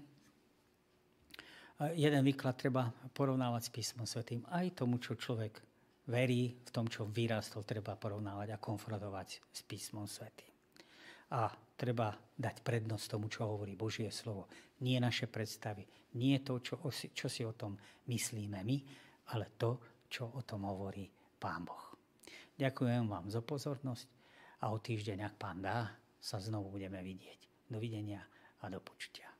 výklad treba porovnávať s Písmom svätým. Aj tomu, čo človek verí, v tom, čo vyrastol, treba porovnávať a konfrontovať s Písmom svätým. A treba dať prednosť tomu, čo hovorí Božie slovo. Nie naše predstavy, nie to, čo si o tom myslíme my, ale to, čo o tom hovorí Pán Boh. Ďakujem vám za pozornosť a o týždeň, ak Pán dá, sa znovu budeme vidieť. Dovidenia a do počutia.